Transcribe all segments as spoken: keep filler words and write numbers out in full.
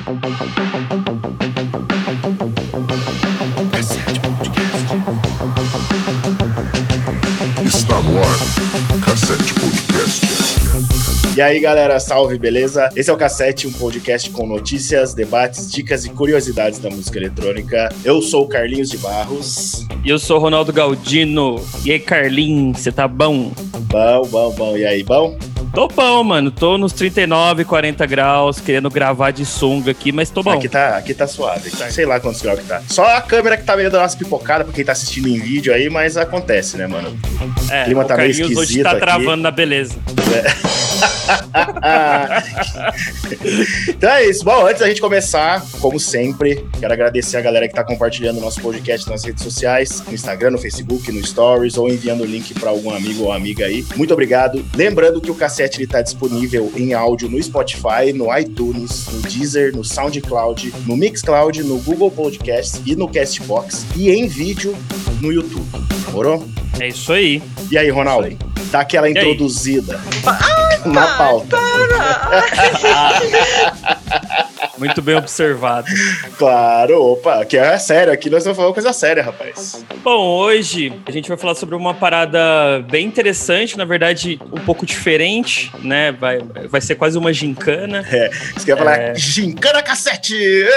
Está no ar, Cassete Podcast. E aí galera, salve, beleza? Esse é o Cassete, um podcast com notícias, debates, dicas e curiosidades da música eletrônica. Eu sou o Carlinhos de Barros. E eu sou o Ronaldo Galdino. E aí, Carlinhos, você tá bom? Bom, bom, bom. E aí, bom? Tô bom, mano. Tô nos trinta e nove, quarenta graus, querendo gravar de sunga aqui, mas tô bom. Aqui tá, aqui tá suave. Sei lá quantos graus que tá. Só a câmera que tá meio dando umas pipocadas pra quem tá assistindo em vídeo aí, mas acontece, né, mano? É, o clima o tá meio Carlinhos esquisito hoje tá aqui. travando na beleza. É. Então é isso. Bom, antes da gente começar, como sempre, quero agradecer a galera que tá compartilhando o nosso podcast nas redes sociais, no Instagram, no Facebook, no Stories, ou enviando o link pra algum amigo ou amiga aí. Muito obrigado. Lembrando que o Cassete ele tá disponível em áudio no Spotify, no iTunes, no Deezer, no SoundCloud, no Mixcloud, no Google Podcasts e no Castbox, e em vídeo no YouTube. Demorou? É isso aí. E aí, Ronaldo? Dá aquela introduzida Ai, na pauta. Muito bem observado. Claro, opa, que é sério, aqui nós estamos falando coisa séria, rapaz. Bom, hoje a gente vai falar sobre uma parada bem interessante, na verdade um pouco diferente, né? Vai, vai ser quase uma gincana. É, você quer falar É... gincana cassete!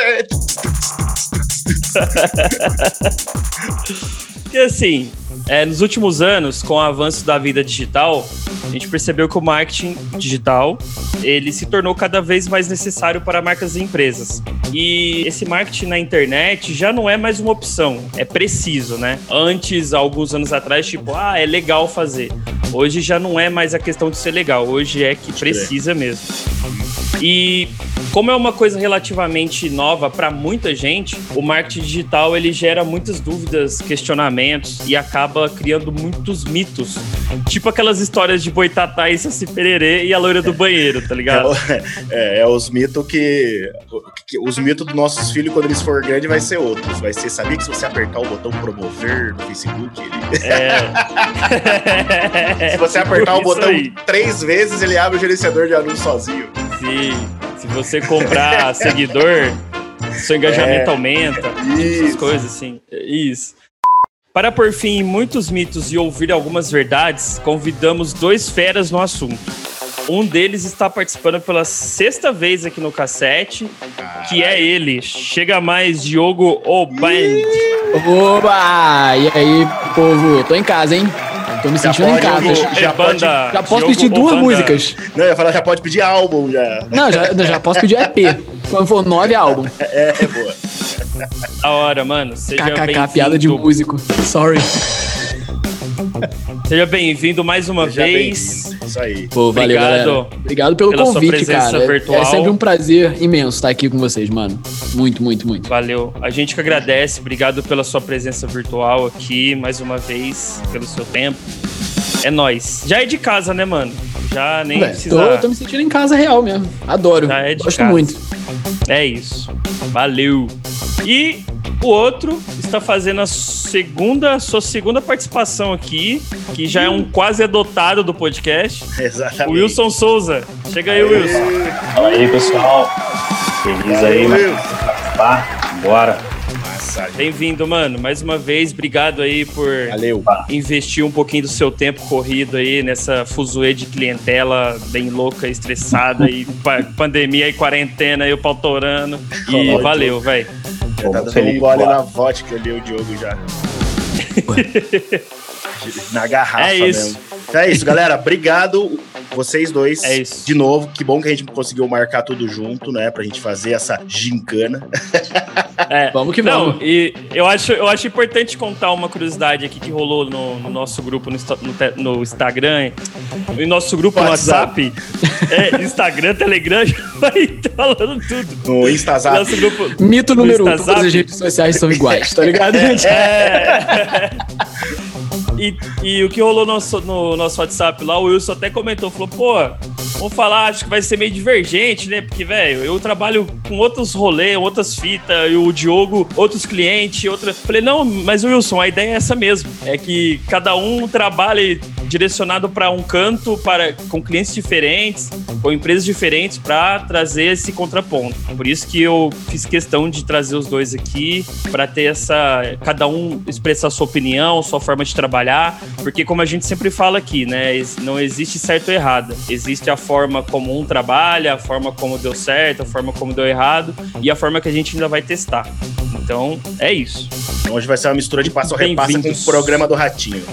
E assim, é, nos últimos anos, com o avanço da vida digital, a gente percebeu que o marketing digital ele se tornou cada vez mais necessário para marcas e empresas. E esse marketing na internet já não é mais uma opção, é preciso, né? Antes, alguns anos atrás, tipo, ah, é legal fazer. Hoje já não é mais a questão de ser legal, hoje é que precisa mesmo. E como é uma coisa relativamente nova para muita gente, o marketing digital ele gera muitas dúvidas, questionamentos e acaba criando muitos mitos. Tipo aquelas histórias de Boitatá e Saci Pererê e a loira do banheiro, tá ligado? É, é, é os mitos que, que... Os mitos dos nossos filhos, quando eles forem grandes, vai ser outros. Vai ser, sabia que se você apertar o botão promover no Facebook, ele... É. Se você apertar o botão aí. três vezes, ele abre o gerenciador de anúncio sozinho. Sim. Se você comprar seguidor, seu engajamento é, aumenta. Isso. Essas coisas assim. Isso. Para pôr fim em muitos mitos e ouvir algumas verdades, convidamos dois feras no assunto. Um deles está participando pela sexta vez aqui no Cassete, que é ele. Chega mais, Diogo Oband. Oba! E aí, povo? Tô em casa, hein? Tô me sentindo em casa. Já, já, pode, banda, já posso Diogo pedir duas Obanda. músicas. Não, eu ia falar, já pode pedir álbum, já. Não, já, já posso pedir E P. Quando for nove, álbum. É, é boa. Da hora, mano. Seja K K K, bem-vindo. piada de músico. Sorry. Seja bem-vindo mais uma Seja vez. bem, isso aí. Pô, valeu, Obrigado galera. Obrigado pelo pela sua convite, presença cara. É- virtual. É sempre um prazer imenso estar aqui com vocês, mano. Muito, muito, muito. Valeu. A gente que agradece. Obrigado pela sua presença virtual aqui, mais uma vez, pelo seu tempo. É nóis. Já é de casa, né, mano? Já nem Vé, precisa... tô, tô me sentindo em casa real mesmo. Adoro. Já é de Gosto casa. muito. É isso. Valeu. E o outro está fazendo a segunda, sua segunda participação aqui, que já é um quase adotado do podcast. Exatamente. O Wilson Souza. Chega aí, Wilson. Fala aí, pessoal. Feliz aí, Valeu. participar. Bora. Massa, gente. Bem-vindo, mano. Mais uma vez, obrigado aí por Valeu. investir um pouquinho do seu tempo corrido aí nessa fuzuê de clientela bem louca, estressada e pa- pandemia e quarentena e o pau torando. E Ótimo. valeu, velho. Já tá dando Felipe, um gole bora. na vodka ali, o Diogo já. Na garrafa É isso. mesmo. Então é isso, galera. Obrigado, vocês dois. É isso. De novo, que bom que a gente conseguiu marcar tudo junto, né? Pra gente fazer essa gincana. É. Vamos que Não, vamos. e eu acho, eu acho importante contar uma curiosidade aqui que rolou no, no nosso grupo no, Insta- no, te- no Instagram, no nosso grupo no WhatsApp, é, Instagram, Telegram, já vai falando tudo. No Instazap. Nosso grupo. Mito no número um, Instazap. todas as redes sociais são iguais, tá ligado? É. E, e o que rolou no nosso, no nosso WhatsApp lá, o Wilson até comentou, falou, pô, vamos falar, acho que vai ser meio divergente, né? Porque, velho, eu trabalho com outros rolês, outras fitas, e o Diogo, outros clientes, outra... Falei, não, mas Wilson, a ideia é essa mesmo. É que cada um trabalhe direcionado para um canto, para, com clientes diferentes, com empresas diferentes, para trazer esse contraponto. Por isso que eu fiz questão de trazer os dois aqui, para ter essa... cada um expressar sua opinião, sua forma de trabalhar, porque como a gente sempre fala aqui, né, não existe certo ou errado. Existe a forma como um trabalha, a forma como deu certo, a forma como deu errado e a forma que a gente ainda vai testar. Então, é isso. Hoje vai ser uma mistura de passa ou repassa com o programa do Ratinho.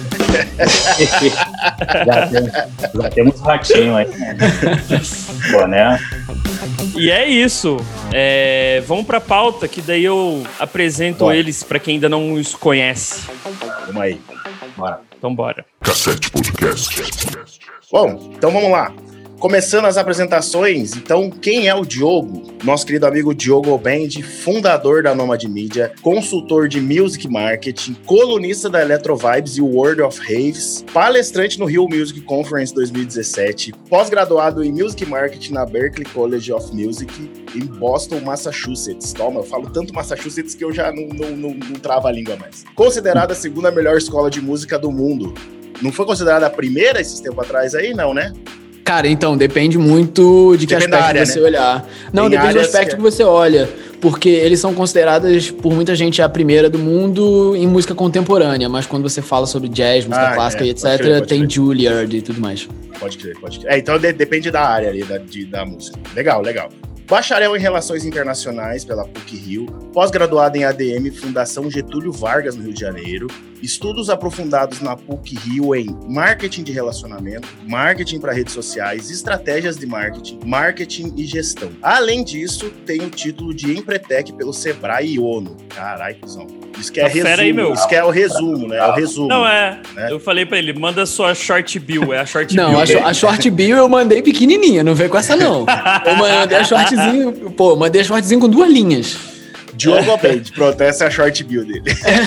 já, temos, já temos o Ratinho aí, né? Pô, né? E é isso. É, vamos pra pauta, que daí eu apresento bora. Eles pra quem ainda não os conhece. Vamos aí. Bora. Então bora. Cassete Podcast. Bom, então vamos lá. Começando as apresentações, então, quem é o Diogo? Nosso querido amigo Diogo Obend, fundador da Nomad Media, consultor de Music Marketing, colunista da Electro Vibes e World of Raves, palestrante no Rio Music Conference dois mil e dezessete, pós-graduado em Music Marketing na Berklee College of Music, em Boston, Massachusetts. Toma, eu falo tanto Massachusetts que eu já não, não, não, não travo a língua mais. Considerada a segunda melhor escola de música do mundo. Não foi considerada a primeira esses tempos atrás aí, não, né? Cara, então, depende muito de que depende aspecto área, você né? olhar. Não, Tem depende do aspecto que... que você olha. Porque eles são consideradas, por muita gente, a primeira do mundo em música contemporânea. Mas quando você fala sobre jazz, música ah, clássica é, e etcétera, crer, tem crer. Juilliard e tudo mais. Pode crer, pode crer. É, então de, depende da área ali, da, de, da música. Legal, legal. Bacharel em Relações Internacionais pela P U C-Rio, pós-graduado em A D M, Fundação Getúlio Vargas, no Rio de Janeiro, estudos aprofundados na P U C-Rio em Marketing de Relacionamento, Marketing para Redes Sociais, Estratégias de Marketing, Marketing e Gestão. Além disso, tem o título de Empretec pelo Sebrae e ONU. Carai, cuzão. Isso que é Tá resumo, fera aí, meu. isso que é o resumo, né? É o resumo. Não, é. Né? Eu falei pra ele, manda sua short bill, é a short Não, bill. a, short, a short bill eu mandei pequenininha, não veio com essa não. Eu mandei a shortzinho, pô, mandei a shortzinho com duas linhas. Diogo Obend, pronto, essa é a short bill dele.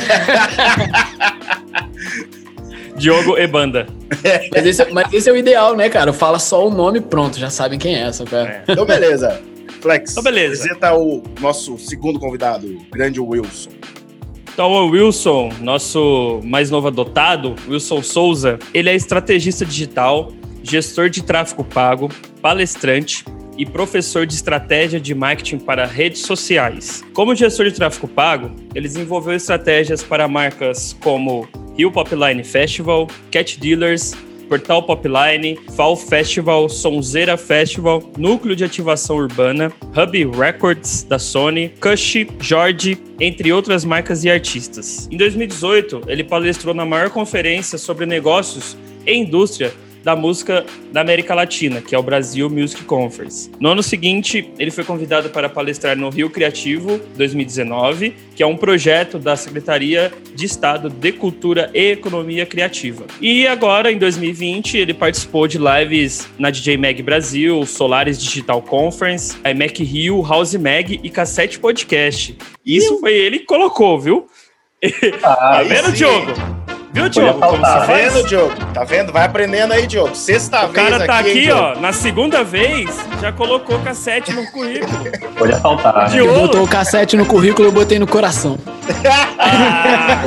Diogo e banda. Mas esse, mas esse é o ideal, né, cara? Fala só o nome, pronto, já sabem quem é essa, cara. Então, beleza. Flex, Então, beleza. apresenta o nosso segundo convidado, o grande Wilson. Então, o Wilson, nosso mais novo adotado, Wilson Souza, ele é estrategista digital, gestor de tráfego pago, palestrante e professor de estratégia de marketing para redes sociais. Como gestor de tráfego pago, ele desenvolveu estratégias para marcas como Rio Popline Festival, Cat Dealers, Portal Popline, Fall Festival, Sonzeira Festival, Núcleo de Ativação Urbana, Hub Records da Sony, Kush, Jorge, entre outras marcas e artistas. Em dois mil e dezoito, ele palestrou na maior conferência sobre negócios e indústria da música da América Latina, que é o Brasil Music Conference. No ano seguinte, ele foi convidado para palestrar no Rio Criativo dois mil e dezenove, que é um projeto da Secretaria de Estado de Cultura e Economia Criativa. E agora, em dois mil e vinte, ele participou de lives na D J Mag Brasil, Solaris Digital Conference, a Mac Rio, House Mag e Cassete Podcast. Isso foi ele que colocou, viu? Ah, tá vendo, sim. Diogo? Viu, Diogo? Como se Tá faz? vendo, Diogo? Tá vendo? Vai aprendendo aí, Diogo. Sexta O vez cara tá aqui, aqui, hein, Diogo? ó, na segunda vez, já colocou cassete no currículo. Podia faltar, né? Diogo. Ele botou o cassete no currículo e eu botei no coração. Ah.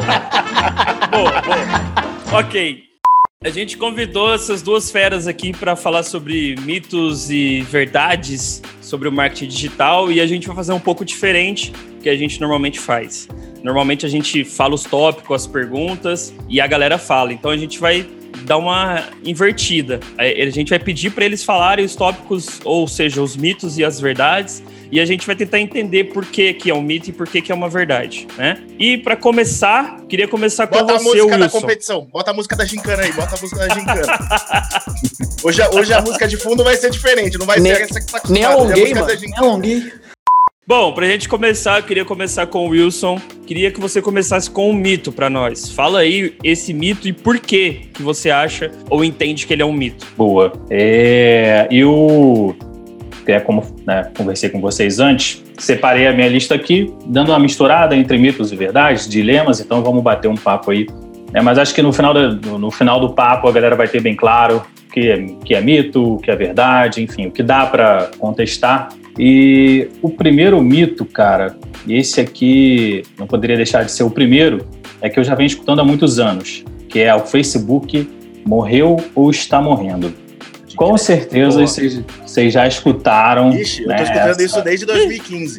Boa, boa. Ok. A gente convidou essas duas feras aqui para falar sobre mitos e verdades sobre o marketing digital e a gente vai fazer um pouco diferente do que a gente normalmente faz. Normalmente a gente fala os tópicos, as perguntas e a galera fala. Então a gente vai dar uma invertida. A gente vai pedir para eles falarem os tópicos, ou seja, os mitos e as verdades, e a gente vai tentar entender por que, que é um mito e por que, que é uma verdade, né? E para começar, queria começar com Bota a você, música Wilson. da competição. Bota a música da gincana aí. Bota a música da gincana. Hoje, a- hoje a música de fundo vai ser diferente. Não vai Nem- ser essa que tá Nem acostumado. alonguei, É a música mano. da Nem gincana. alonguei. Bom, pra gente começar, eu queria começar com o Wilson. Queria que você começasse com um mito pra nós. Fala aí esse mito e por que que você acha ou entende que ele é um mito. Boa. É, eu, é, como né, conversei com vocês antes, separei a minha lista aqui, dando uma misturada entre mitos e verdades, dilemas, então vamos bater um papo aí. É, mas acho que no final, da, no, no final do papo a galera vai ter bem claro o que é, que é mito, o que é verdade, enfim, o que dá para contestar. E o primeiro mito, cara, e esse aqui não poderia deixar de ser o primeiro, é que eu já venho escutando há muitos anos, que é o Facebook morreu ou está morrendo. Com certeza vocês, vocês já escutaram. Ixi, né, eu tô escutando essa... isso desde dois mil e quinze.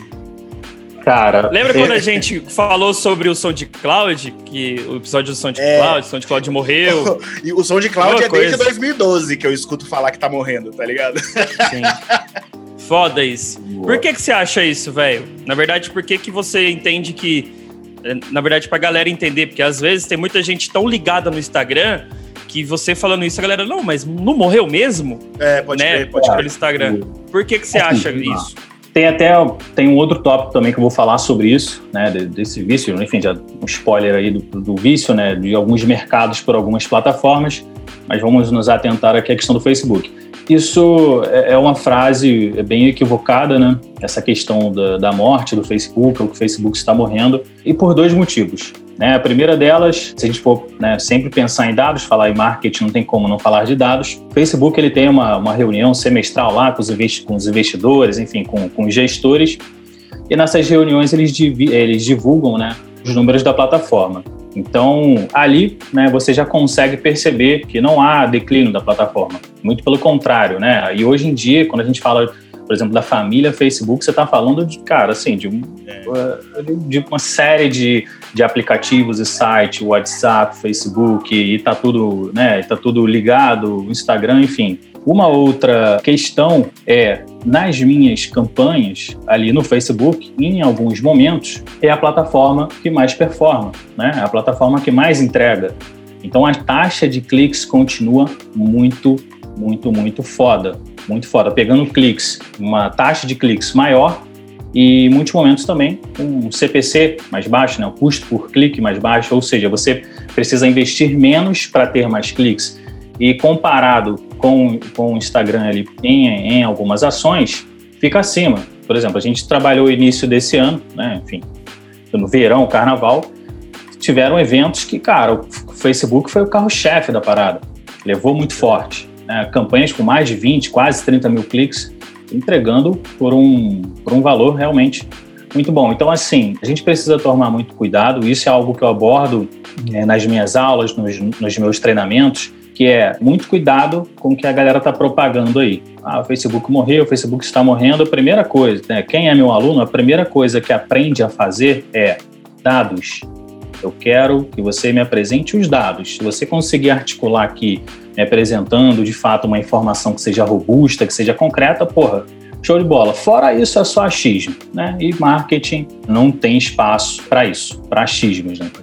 Cara, Lembra é... quando a gente falou sobre o SoundCloud? Que o episódio do SoundCloud, É. o SoundCloud morreu. E o SoundCloud Boa é desde coisa. dois mil e doze que eu escuto falar que tá morrendo, tá ligado? Sim. Foda isso. Por que que você acha isso, velho? Na verdade, por que que você entende que... Na verdade, pra galera entender, porque às vezes tem muita gente tão ligada no Instagram que você falando isso, a galera, não, mas não morreu mesmo? É, pode né? crer, pode Pelo crer. Instagram. Por que que você acha isso? Tem até tem um outro tópico também que eu vou falar sobre isso, né, desse vício, enfim, já um spoiler aí do, do vício, né, de alguns mercados por algumas plataformas, mas vamos nos atentar aqui à questão do Facebook. Isso é uma frase bem equivocada, né, essa questão da, da morte do Facebook, ou que o Facebook está morrendo, e por dois motivos. Né, a primeira delas, se a gente for, né, sempre pensar em dados, falar em marketing, não tem como não falar de dados. O Facebook ele tem uma, uma reunião semestral lá com os, investi- com os investidores, enfim, com, com os gestores, e nessas reuniões eles, divi- eles divulgam, né, os números da plataforma. Então, ali, né, você já consegue perceber que não há declínio da plataforma. Muito pelo contrário, né? E hoje em dia, quando a gente fala, por exemplo, da família Facebook, você está falando de, cara, assim, de, um, de uma série de, de aplicativos e sites, WhatsApp, Facebook, e tá tudo, né, tá tudo ligado, Instagram, enfim. Uma outra questão é, nas minhas campanhas ali no Facebook, em alguns momentos, é a plataforma que mais performa, né? É a plataforma que mais entrega. Então a taxa de cliques continua muito, muito, muito foda. Muito foda. Pegando cliques, uma taxa de cliques maior e em muitos momentos também um C P C mais baixo, né? O custo por clique mais baixo, ou seja, você precisa investir menos para ter mais cliques. E comparado com, com o Instagram ali em, em algumas ações, fica acima. Por exemplo, a gente trabalhou o início desse ano, né? Enfim, no verão, carnaval, tiveram eventos que, cara, o Facebook foi o carro-chefe da parada, levou muito forte. Né? Campanhas com mais de vinte, quase trinta mil cliques, entregando por um, por um valor realmente muito bom. Então, assim, a gente precisa tomar muito cuidado, isso é algo que eu abordo é, nas minhas aulas, nos, nos meus treinamentos, que é muito cuidado com o que a galera está propagando aí. Ah, o Facebook morreu, o Facebook está morrendo. A primeira coisa, né, quem é meu aluno, a primeira coisa que aprende a fazer é dados. Eu quero que você me apresente os dados. Se você conseguir articular aqui, me apresentando de fato uma informação que seja robusta, que seja concreta, porra, show de bola. Fora isso, é só achismo, né? E marketing não tem espaço para isso, para achismos, né?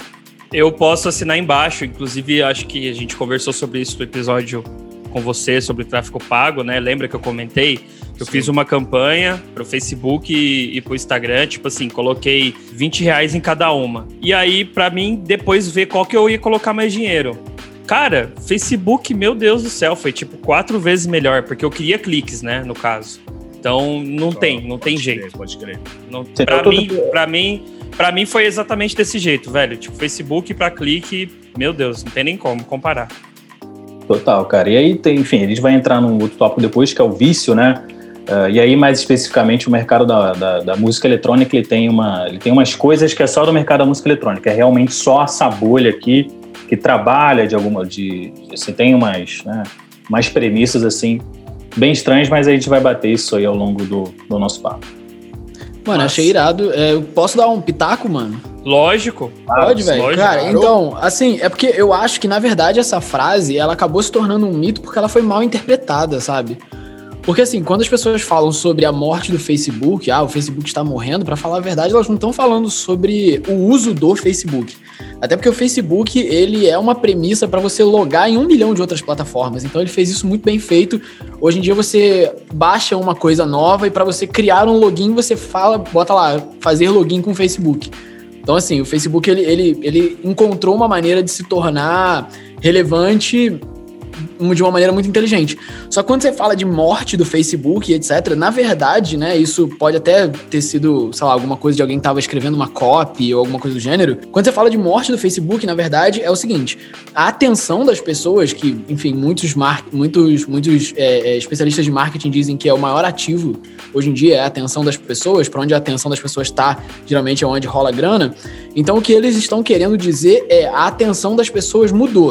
Eu posso assinar embaixo, inclusive acho que a gente conversou sobre isso no episódio com você, sobre o tráfego pago, né? Lembra que eu comentei? Eu Sim. fiz uma campanha pro Facebook e, e pro Instagram, tipo assim, coloquei vinte reais em cada uma. E aí, pra mim, depois ver qual que eu ia colocar mais dinheiro. Cara, Facebook, meu Deus do céu, foi tipo quatro vezes melhor, porque eu queria cliques, né, no caso. Então, não Só, tem, não tem crer, jeito. Pode crer. Não, pra, mim, pra, mim, pra mim foi exatamente desse jeito, velho. Tipo, Facebook pra clique, meu Deus, não tem nem como comparar. Total, cara. E aí, tem, enfim, a gente vai entrar num outro tópico depois, que é o vício, né? Uh, e aí, mais especificamente, o mercado da, da, da música eletrônica, ele tem, uma, ele tem umas coisas que é só do mercado da música eletrônica. É realmente só essa bolha aqui que trabalha de alguma... De, assim, tem umas, né, umas premissas, assim, bem estranhas, mas a gente vai bater isso aí ao longo do, do nosso papo. Mano, achei irado. É, eu posso dar um pitaco, mano? Lógico. Pode, velho. Lógico, Cara, claro. então, assim, é porque eu acho que, na verdade, essa frase, ela acabou se tornando um mito porque ela foi mal interpretada, sabe? Porque, assim, quando as pessoas falam sobre a morte do Facebook, ah, o Facebook está morrendo, pra falar a verdade, elas não estão falando sobre o uso do Facebook. Até porque o Facebook, ele é uma premissa para você logar em um milhão de outras plataformas. Então, ele fez isso muito bem feito. Hoje em dia, você baixa uma coisa nova e para você criar um login, você fala, bota lá, fazer login com o Facebook. Então, assim, o Facebook, ele, ele, ele encontrou uma maneira de se tornar relevante de uma maneira muito inteligente. Só que quando você fala de morte do Facebook e etcétera, na verdade, né, isso pode até ter sido, sei lá, alguma coisa de alguém que estava escrevendo uma copy ou alguma coisa do gênero. Quando você fala de morte do Facebook, na verdade, é o seguinte, a atenção das pessoas, que, enfim, muitos, mar- muitos, muitos é, é, especialistas de marketing dizem que é o maior ativo hoje em dia, é a atenção das pessoas, para onde a atenção das pessoas está, geralmente é onde rola grana. Então, o que eles estão querendo dizer é a atenção das pessoas mudou.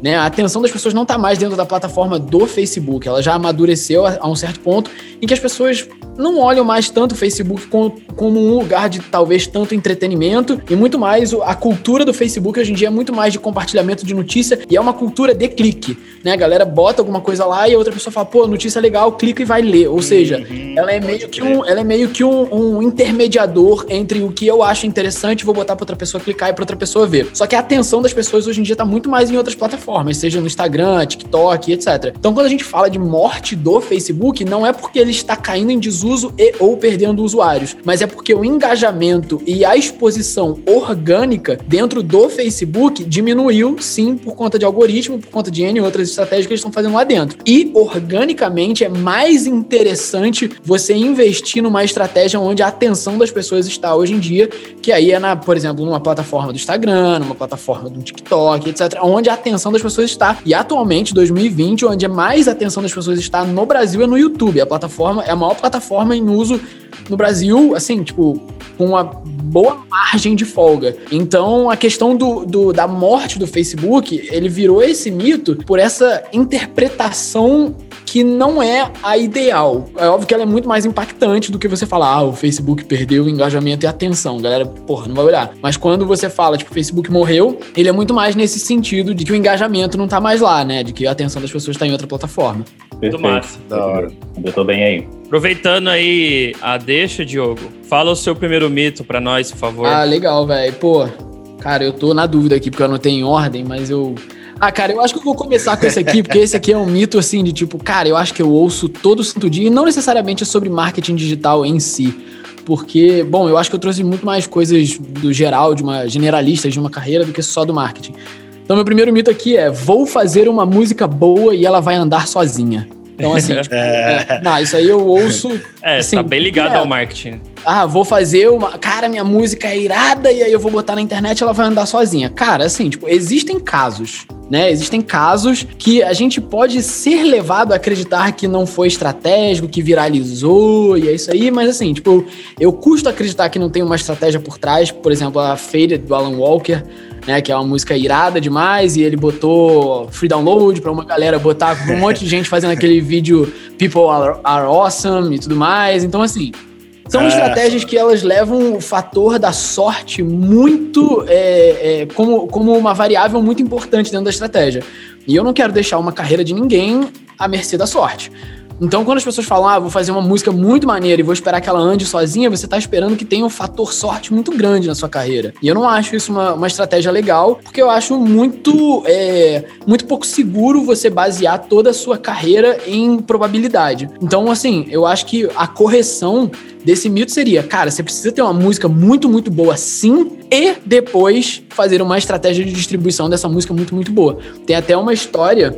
né? A atenção das pessoas não tá mais dentro da plataforma do Facebook, ela já amadureceu a, a um certo ponto em que as pessoas não olham mais tanto o Facebook como, como um lugar de talvez tanto entretenimento e muito mais a cultura do Facebook hoje em dia é muito mais de compartilhamento de notícia e é uma cultura de clique, né? A galera bota alguma coisa lá e a outra pessoa fala, pô, notícia legal, clica e vai ler. Ou seja, uhum, ela é meio que, um, ela é meio que um, um intermediador entre o que eu acho interessante, vou botar pra outra pessoa clicar e pra outra pessoa ver. Só que a atenção das pessoas hoje em dia tá muito mais em outras plataformas, seja no Instagram, TikTok, etcétera. Então, quando a gente fala de morte do Facebook, não é porque ele está caindo em desuso e ou perdendo usuários, mas é porque o engajamento e a exposição orgânica dentro do Facebook diminuiu, sim, por conta de algoritmo, por conta de N outras estratégias que eles estão fazendo lá dentro. E, organicamente, é mais interessante você investir numa estratégia onde a atenção das pessoas está hoje em dia, que aí é, na, por exemplo, numa plataforma do Instagram, numa plataforma do TikTok, etcétera, onde a atenção das pessoas está. E, atualmente, dois mil e vinte, onde mais atenção das pessoas está no Brasil é no YouTube. A plataforma é a maior plataforma em uso no Brasil, assim, tipo, com uma boa margem de folga. Então, a questão do, do, da morte do Facebook, ele virou esse mito por essa interpretação que não é a ideal. É óbvio que ela é muito mais impactante do que você falar, ah, o Facebook perdeu o engajamento e a atenção. Galera, porra, não vai olhar. Mas quando você fala, tipo, o Facebook morreu, ele é muito mais nesse sentido de que o engajamento não tá mais lá, né? De que a atenção das pessoas tá em outra plataforma. Muito massa. Da hora. Eu tô bem aí. Aproveitando aí a deixa, Diogo, fala o seu primeiro mito pra nós, por favor. Ah, legal, velho. Pô, cara, eu tô na dúvida aqui, porque eu não tenho em ordem, mas eu... Ah, cara, eu acho que eu vou começar com esse aqui, porque esse aqui é um mito, assim, de tipo, cara, eu acho que eu ouço todo santo dia, e não necessariamente é sobre marketing digital em si, porque, bom, eu acho que eu trouxe muito mais coisas do geral, de uma generalista, de uma carreira, do que só do marketing. Então, meu primeiro mito aqui é, vou fazer uma música boa e ela vai andar sozinha. Então, assim, tipo, é, não, isso aí eu ouço... É, assim, tá bem ligado é, ao marketing. Ah, vou fazer uma... Cara, minha música é irada e aí eu vou botar na internet e ela vai andar sozinha. Cara, assim, tipo, existem casos, né? Existem casos que a gente pode ser levado a acreditar que não foi estratégico, que viralizou e é isso aí, mas assim, tipo, eu custo acreditar que não tem uma estratégia por trás. Por exemplo, a Faded do Alan Walker, né, que é uma música irada demais, e ele botou free download pra uma galera botar um monte de gente fazendo aquele vídeo People are, are Awesome e tudo mais. Então, assim, são é. estratégias que elas levam o fator da sorte muito é, é, como, como uma variável muito importante dentro da estratégia. E eu não quero deixar uma carreira de ninguém à mercê da sorte. Então, quando as pessoas falam, ah, vou fazer uma música muito maneira e vou esperar que ela ande sozinha, você tá esperando que tenha um fator sorte muito grande na sua carreira. E eu não acho isso uma, uma estratégia legal, porque eu acho muito, é, muito pouco seguro você basear toda a sua carreira em probabilidade. Então, assim, eu acho que a correção desse mito seria, cara, você precisa ter uma música muito, muito boa sim, e depois fazer uma estratégia de distribuição dessa música muito, muito boa. Tem até uma história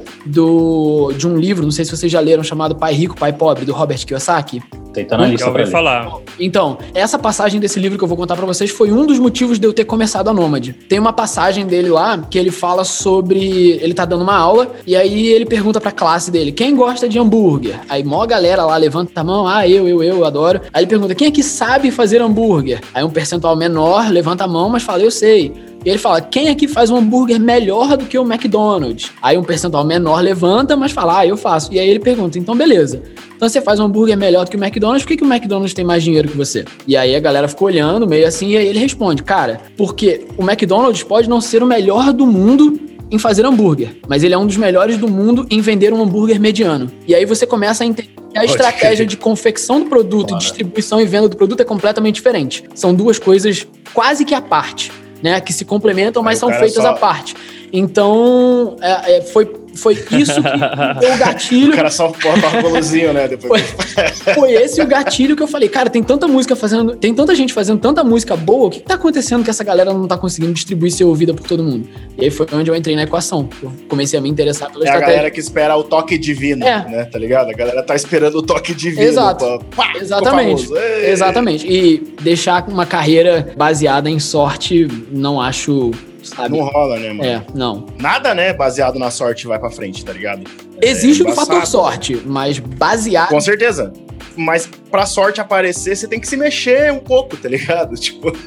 do, de um livro, não sei se vocês já leram, chamado Pai Rico, Pai Pobre, do Robert Kiyosaki. Tá na lista pra ler. Falar. Então, essa passagem desse livro que eu vou contar pra vocês foi um dos motivos de eu ter começado a Nômade. Tem uma passagem dele lá que ele fala sobre... Ele tá dando uma aula e aí ele pergunta pra classe dele, quem gosta de hambúrguer? Aí mó galera lá levanta a mão, ah, eu, eu, eu, eu adoro. Aí ele pergunta, quem é que sabe fazer hambúrguer? Aí um percentual menor levanta a mão, mas fala, eu sei. E ele fala, quem aqui faz um hambúrguer melhor do que o McDonald's? Aí um percentual menor levanta, mas fala, ah, eu faço. E aí ele pergunta, então beleza. Então você faz um hambúrguer melhor do que o McDonald's, por que, que o McDonald's tem mais dinheiro que você? E aí a galera ficou olhando meio assim, e aí ele responde, cara, porque o McDonald's pode não ser o melhor do mundo em fazer hambúrguer, mas ele é um dos melhores do mundo em vender um hambúrguer mediano. E aí você começa a entender que a estratégia de confecção do produto, claro, distribuição e venda do produto é completamente diferente. São duas coisas quase que à parte, né? Que se complementam, mas são feitas só... à parte. Então, é, é, foi, foi isso que deu o gatilho. O cara só bota o bolozinho, né? Depois foi, foi esse o gatilho que eu falei, cara, tem tanta música fazendo, tem tanta gente fazendo tanta música boa, o que, que tá acontecendo que essa galera não tá conseguindo distribuir e ser ouvida por todo mundo? E aí foi onde eu entrei na equação. Eu comecei a me interessar pela é estratégia. É a galera que espera o toque divino, é. né? Tá ligado? A galera tá esperando o toque divino. Exato. Pra, pá, Exatamente. Exatamente. E deixar uma carreira baseada em sorte, não acho... Sabe? Não rola, né, mano? É, não. Nada, né, baseado na sorte vai pra frente, tá ligado? Existe é o fator sorte, mas baseado... Com certeza. Mas pra sorte aparecer, você tem que se mexer um pouco, tá ligado? Tipo...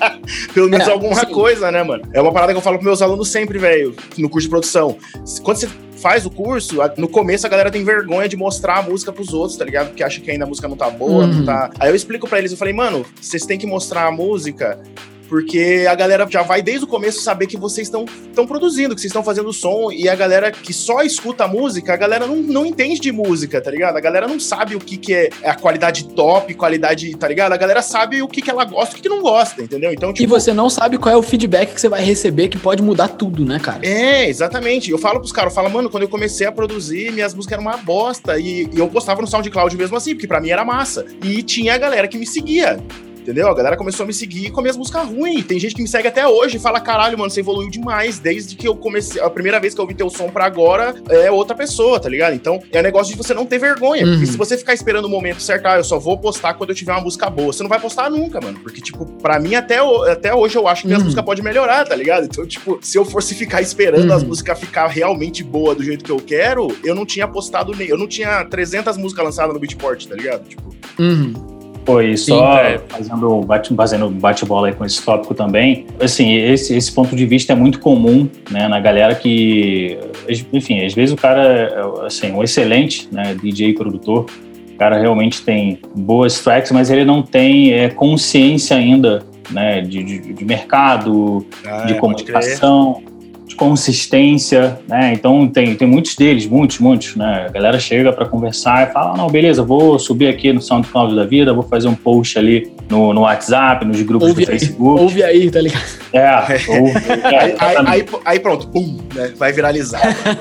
Pelo menos É, alguma sim. coisa, né, mano? É uma parada que eu falo pros meus alunos sempre, velho, no curso de produção. Quando você faz o curso, no começo a galera tem vergonha de mostrar a música pros outros, tá ligado? Porque acha que ainda a música não tá boa, Uhum. não tá... Aí eu explico pra eles, eu falei, mano, vocês têm que mostrar a música porque a galera já vai desde o começo saber que vocês estão produzindo, que vocês estão fazendo som, e a galera que só escuta a música, a galera não, não entende de música, tá ligado? A galera não sabe o que, que é a qualidade top, qualidade, tá ligado? A galera sabe o que, que ela gosta e o que, que não gosta, entendeu? Então, tipo, E você não sabe qual é o feedback que você vai receber, que pode mudar tudo, né, cara? É, exatamente. Eu falo pros caras, eu falo, mano, quando eu comecei a produzir, minhas músicas eram uma bosta. E, e eu postava no SoundCloud mesmo assim, porque pra mim era massa. E tinha a galera que me seguia. Entendeu? A galera começou a me seguir com minhas músicas ruins. Tem gente que me segue até hoje e fala, caralho, mano, você evoluiu demais. Desde que eu comecei, a primeira vez que eu ouvi teu som pra agora, é outra pessoa, tá ligado? Então, é um negócio de você não ter vergonha. Uhum. Porque se você ficar esperando o momento certo, ah, eu só vou postar quando eu tiver uma música boa. Você não vai postar nunca, mano. Porque, tipo, pra mim, até, até hoje, eu acho que minhas Uhum. músicas podem melhorar, tá ligado? Então, tipo, se eu fosse ficar esperando Uhum. as músicas ficar realmente boa do jeito que eu quero, eu não tinha postado nem... Eu não tinha trezentas músicas lançadas no Beatport, tá ligado? Tipo... Uhum. Pô, e só Sim, é. fazendo, bate, fazendo bate-bola aí com esse tópico também, assim, esse, esse ponto de vista é muito comum, né, na galera que, enfim, às vezes o cara é, assim, um excelente, né, D J e produtor, o cara realmente tem boas tracks, mas ele não tem é, consciência ainda, né, de, de, de mercado, Ah, de pode comunicação, de consistência, né? Então tem, tem muitos deles, muitos, muitos, né? A galera chega para conversar e fala, ah, não, beleza, vou subir aqui no SoundCloud da vida, vou fazer um post ali no, no WhatsApp, nos grupos Ouve do aí, Facebook. ouve aí, tá ligado? É, ouve, é, Aí, aí, exatamente. aí, aí pronto, pum, né? Vai viralizar.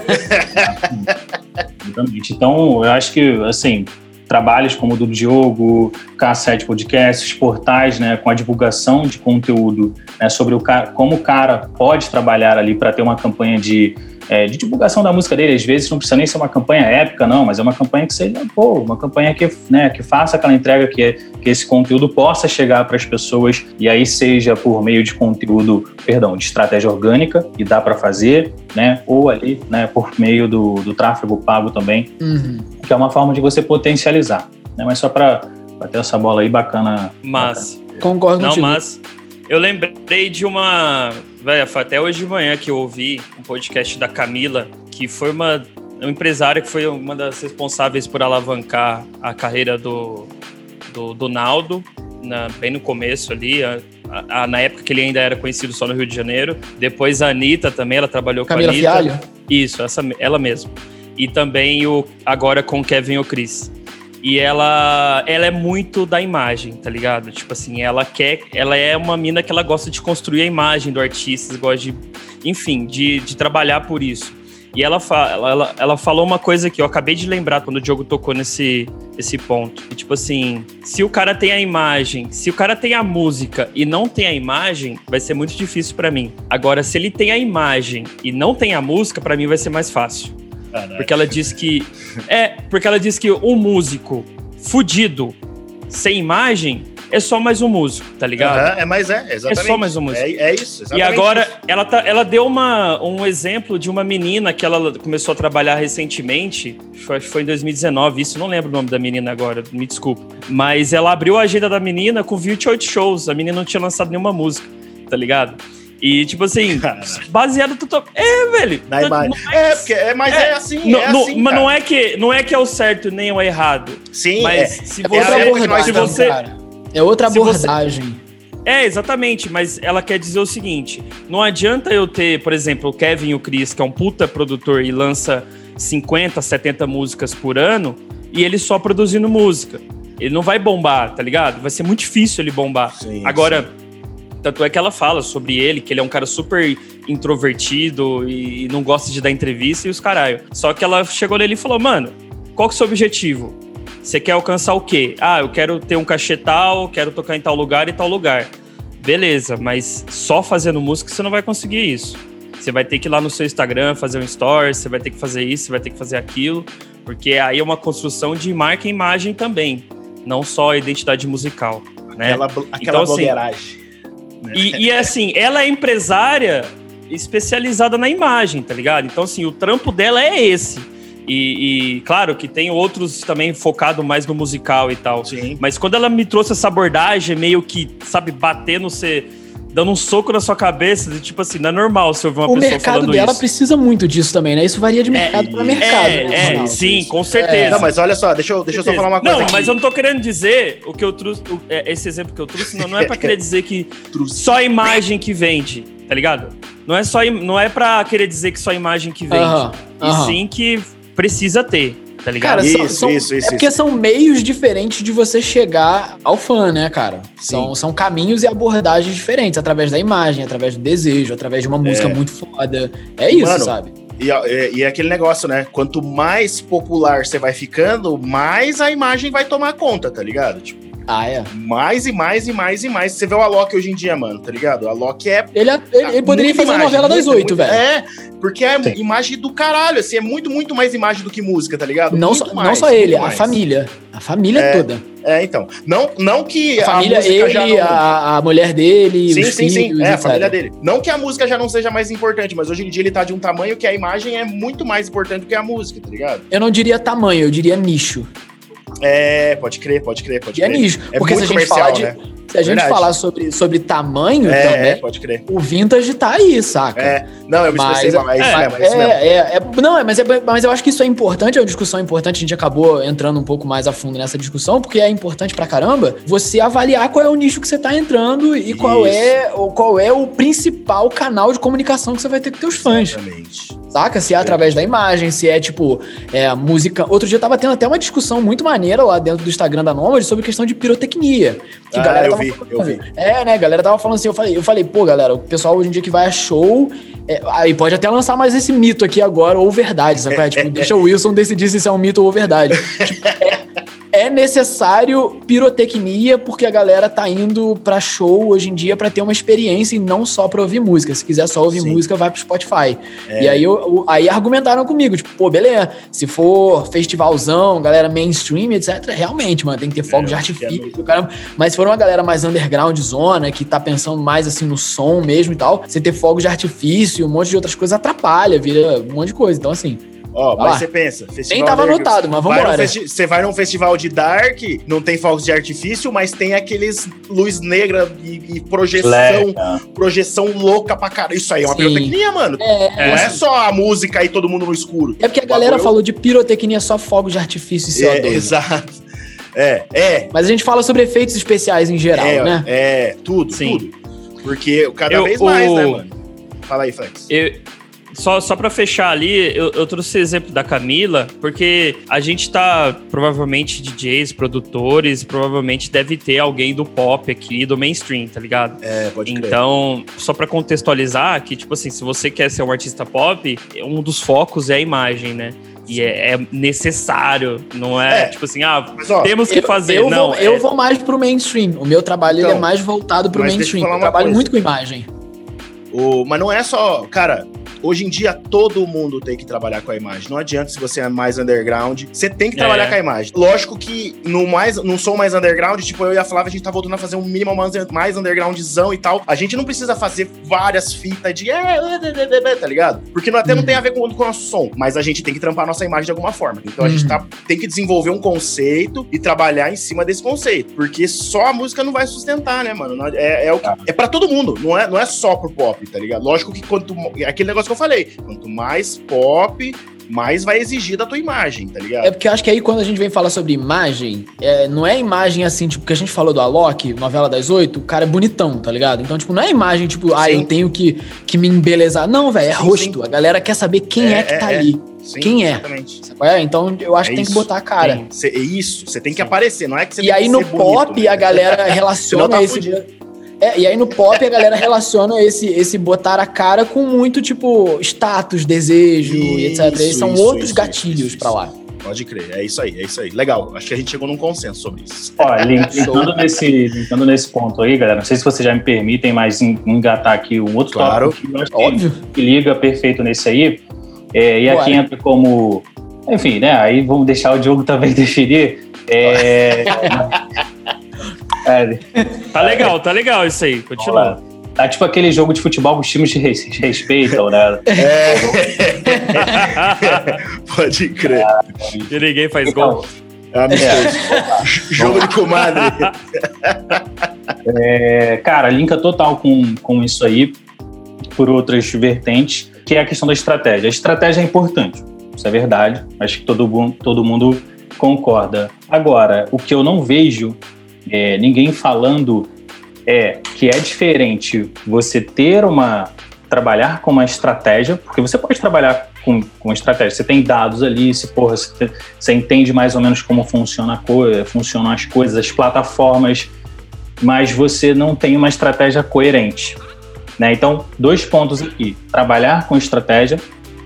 Exatamente. Então, eu acho que, assim, trabalhos como o do Diogo, K sete Podcasts, portais, né, com a divulgação de conteúdo, né, sobre o cara, como o cara pode trabalhar ali para ter uma campanha de, é, de divulgação da música dele. Às vezes não precisa nem ser uma campanha épica, não, mas é uma campanha que seja, pô, uma campanha que, né, que faça aquela entrega, que, que esse conteúdo possa chegar para as pessoas, e aí seja por meio de conteúdo, perdão, de estratégia orgânica, e dá para fazer, né, ou ali, né, por meio do, do tráfego pago também, Uhum. que é uma forma de você potencializar, né? Mas só para bater essa bola aí, bacana. Mas, Concordo não, contigo. mas eu lembrei de uma... Velho, foi até hoje de manhã que eu ouvi um podcast da Camila, que foi uma, uma empresária que foi uma das responsáveis por alavancar a carreira do, do, do Naldo, na, bem no começo ali, a, a, na época que ele ainda era conhecido só no Rio de Janeiro. Depois a Anitta também, ela trabalhou Camila com a Anitta. Fialho? Isso, essa, ela mesma. E também o, agora com o Kevin O'Chris. E ela, ela é muito da imagem, tá ligado? Tipo assim, ela quer... Ela é uma mina que ela gosta de construir a imagem do artista, gosta de... Enfim, de, de trabalhar por isso. E ela, fa, ela, ela, ela falou uma coisa que eu acabei de lembrar quando o Diogo tocou nesse esse ponto. E, tipo assim, se o cara tem a imagem, se o cara tem a música e não tem a imagem, vai ser muito difícil pra mim. Agora, se ele tem a imagem e não tem a música, pra mim vai ser mais fácil. Porque ela diz que... É, porque ela diz que um músico fudido, sem imagem, é só mais um músico, tá ligado? Uhum, é, mas é, exatamente. É só mais um músico. É, é isso, exatamente. E agora, isso. ela, tá, ela deu uma, um exemplo de uma menina que ela começou a trabalhar recentemente, foi, foi em dois mil e dezenove, isso, não lembro o nome da menina agora, me desculpa. Mas ela abriu a agenda da menina com vinte e oito shows, a menina não tinha lançado nenhuma música, tá ligado? E, tipo assim, baseado tudo. É, velho. Na imagem. É, porque é, mas é, é assim. Não, é não, assim, mas cara. não é, que, não é que é o certo nem o errado. Sim, mas é. se É você. outra é, abordagem, se você cara. É outra se você- abordagem. É, exatamente, mas ela quer dizer o seguinte: não adianta eu ter, por exemplo, o Kevin e o Chris, que é um puta produtor e lança cinquenta, setenta músicas por ano, e ele só produzindo música. Ele não vai bombar, tá ligado? Vai ser muito difícil ele bombar. Sim, Agora, tanto é que ela fala sobre ele, que ele é um cara super introvertido e não gosta de dar entrevista e os caralho. Só que ela chegou nele e falou, mano, qual que é o seu objetivo? Você quer alcançar o quê? Ah, eu quero ter um cachê tal, quero tocar em tal lugar e tal lugar. Beleza, mas só fazendo música você não vai conseguir isso. Você vai ter que ir lá no seu Instagram fazer um story, você vai ter que fazer isso, você vai ter que fazer aquilo, porque aí é uma construção de marca e imagem também, não só a identidade musical, né? Aquela, aquela Então, assim, blogueiragem. E, e assim, ela é empresária especializada na imagem, tá ligado? Então, assim, o trampo dela é esse. E, e claro que tem outros também focado mais no musical e tal. Sim. Mas quando ela me trouxe essa abordagem, meio que, sabe, bater no ser... dando um soco na sua cabeça, de, tipo assim, não é normal você ouvir uma o pessoa mercado falando dela isso. precisa muito disso também, né? Isso varia de mercado É, para mercado. É, né? é Não, sim, isso. com certeza. Não, mas olha só, deixa eu, deixa eu só falar uma coisa Não, aqui. mas eu não tô querendo dizer o que eu trouxe, o- é, esse exemplo que eu trouxe, não, não é pra querer dizer que só a imagem que vende, tá ligado? Não é só, im- não é pra querer dizer que só a imagem que vende, Aham, e aham. sim que precisa ter, tá ligado? Cara, são, Isso, são- isso, isso, é porque isso. são meios diferentes de você chegar ao fã, né, cara? São, são caminhos e abordagens diferentes, através da imagem, através do desejo, através de uma música muito foda. É isso, Mano, sabe? E, e, e é aquele negócio, né? Quanto mais popular você vai ficando, mais a imagem vai tomar conta, tá ligado? Tipo, Ah, é. mais e mais e mais e mais. Você vê o Alok hoje em dia, mano, tá ligado? O Alok é. Ele, ele, ele poderia muita fazer a imagem, novela das muita, oito, muita- velho. É, porque é Sim. imagem do caralho, assim, é muito, muito mais imagem do que música, tá ligado? Não, Muito só, mais, não só muito ele, a mais. família. A família toda. É, então. Não, não que A família, música já ele, não... a, a mulher dele, Sim, os sim, filhos, sim. É, a etcétera. família dele. Não que a música já não seja mais importante, mas hoje em dia ele tá de um tamanho que a imagem é muito mais importante do que a música, tá ligado? Eu não diria tamanho, eu diria nicho. É, pode crer, pode crer, pode E é crer. nicho. É Porque se a muito gente comercial, falar de. né? Se a gente Verdade. falar sobre, sobre tamanho É, também, é, pode crer. o vintage tá aí, saca? É, não, eu me Mas, expressei mal, é isso é, mesmo, é isso mesmo. é, é, é- não, é, mas, é, mas eu acho que isso é importante, é uma discussão importante, a gente acabou entrando um pouco mais a fundo nessa discussão, porque é importante pra caramba você avaliar qual é o nicho que você tá entrando e qual Isso. é, o, qual é o principal canal de comunicação que você vai ter com teus fãs. Exatamente. Saca? Se é através da imagem, se é tipo, é, música. Outro dia tava tendo até uma discussão muito maneira lá dentro do Instagram da Nômade sobre questão de pirotecnia. Que Ah, galera eu tava vi, falando- eu vi. É, né? A galera tava falando assim, eu falei, eu falei, pô, galera, o pessoal hoje em dia que vai a show. é, aí pode até lançar mais esse mito aqui agora, ou verdade, sabe? É, tipo, deixa o Wilson decidir se isso é um mito ou verdade. Tipo, é, é necessário pirotecnia porque a galera tá indo pra show hoje em dia pra ter uma experiência e não só pra ouvir música. Se quiser só ouvir Sim. música, vai pro Spotify. E aí, eu, eu- aí argumentaram comigo, tipo, pô, beleza, se for festivalzão, galera mainstream, etcétera, realmente, mano, tem que ter fogo É, de eu acho que é artifício, caramba. Mas se for uma galera mais underground zona, que tá pensando mais assim no som mesmo e tal, você ter fogo de artifício e um monte de outras coisas atrapalha, vira um monte de coisa. Então, assim, Ó, Vai mas lá. você pensa, festival nem tava Dark, anotado, mas vai num vambora. festi- Você vai num festival de Dark, não tem fogos de artifício, mas tem aqueles luz negra e, e projeção, Legal. projeção louca pra caralho. Isso aí é uma Sim. pirotecnia, mano. É, Não é só a música e todo mundo no escuro. é porque a O galera bagulho- falou de pirotecnia só fogo de artifício e C O dois. É, exato. É, é. Mas a gente fala sobre efeitos especiais em geral, é, né? é, tudo, Sim. tudo. Porque cada Eu- vez mais, o- né, mano? Fala aí, Flex. Eu- só, só pra fechar ali, eu, eu trouxe o exemplo da Camila, porque a gente tá, provavelmente, D Js, produtores, provavelmente deve ter alguém do pop aqui, do mainstream, tá ligado? É, pode crer. Então, só pra contextualizar, que, tipo assim, se você quer ser um artista pop, um dos focos é a imagem, né? E é, é necessário, não é, É. tipo assim, ah, Mas, ó, temos que fazer. Eu, não, vou, eu é- vou mais pro mainstream. O meu trabalho ele Então, é mais voltado pro mas deixa eu mainstream. falar Eu uma trabalho coisa. muito com imagem. O, mas não é só, cara, hoje em dia todo mundo tem que trabalhar com a imagem. Não adianta se você é mais underground, você tem que trabalhar É. com a imagem. Lógico que no mais, não sou mais underground, tipo, eu e a Flávia, a gente tá voltando a fazer um mínimo mais, mais undergroundzão e tal. A gente não precisa fazer várias fitas de é, tá ligado? Porque não- até não tem a ver com, com o nosso som, mas a gente tem que trampar a nossa imagem de alguma forma. Então a gente Uhum. tá, tem que desenvolver um conceito e trabalhar em cima desse conceito, porque só a música não vai sustentar, né, mano? Não- É, é, o que- é pra todo mundo, não é, não é só pro pop, tá ligado? Lógico que quanto é aquele negócio que eu falei, quanto mais pop, mais vai exigir da tua imagem, tá ligado? É porque eu acho que aí quando a gente vem falar sobre imagem, é, não é imagem assim, tipo, que a gente falou do Alok, novela das oito, o cara é bonitão, tá ligado? Então, tipo, não é imagem, tipo, ah, Sim. eu tenho que, que me embelezar. Não, velho, é Sim, rosto. sim. A galera quer saber quem é, É, que tá é, é. ali. Sim, quem é? Exatamente. Sabe qual é? Então, eu acho É que tem que isso. botar a cara. Sim. Cê- é isso, você tem que aparecer, não é que você E tem aí que no ser bonito, pop né? a galera Senão relaciona tá esse. fudido. É, e aí no pop a galera relaciona esse, esse botar a cara com muito, tipo, status, desejo e etcétera. E Isso, são isso, outros isso, gatilhos isso, isso. pra lá. Pode crer, é isso aí, é isso aí. Legal, acho que a gente chegou num consenso sobre isso. Ó, linkando nesse, linkando nesse ponto aí, galera, não sei se vocês já me permitem, mas en- engatar aqui um outro Claro. tópico que eu acho que, Óbvio. que liga perfeito nesse aí. É, e aqui Bora. entra como... Enfim, né? Aí vamos deixar o Diogo também definir. É, é, Tá legal, tá legal isso aí. vamos Continua. lá. Tá tipo aquele jogo de futebol que os times se res- se respeitam, né? É. Pode crer. E ninguém faz Então, gol. É amistoso. Jogo de comadre. É, cara, linka total com, com isso aí, por outras vertentes, que é a questão da estratégia. A estratégia é importante, isso é verdade, acho que todo, todo mundo concorda. Agora, o que eu não vejo é, ninguém falando é que é diferente você ter uma... trabalhar com uma estratégia, porque você pode trabalhar com, com uma estratégia, você tem dados ali, se, porra, você, você entende mais ou menos como funciona a coisa, funcionam as coisas, as plataformas, mas você não tem uma estratégia coerente, né? Então, dois pontos aqui. Trabalhar com estratégia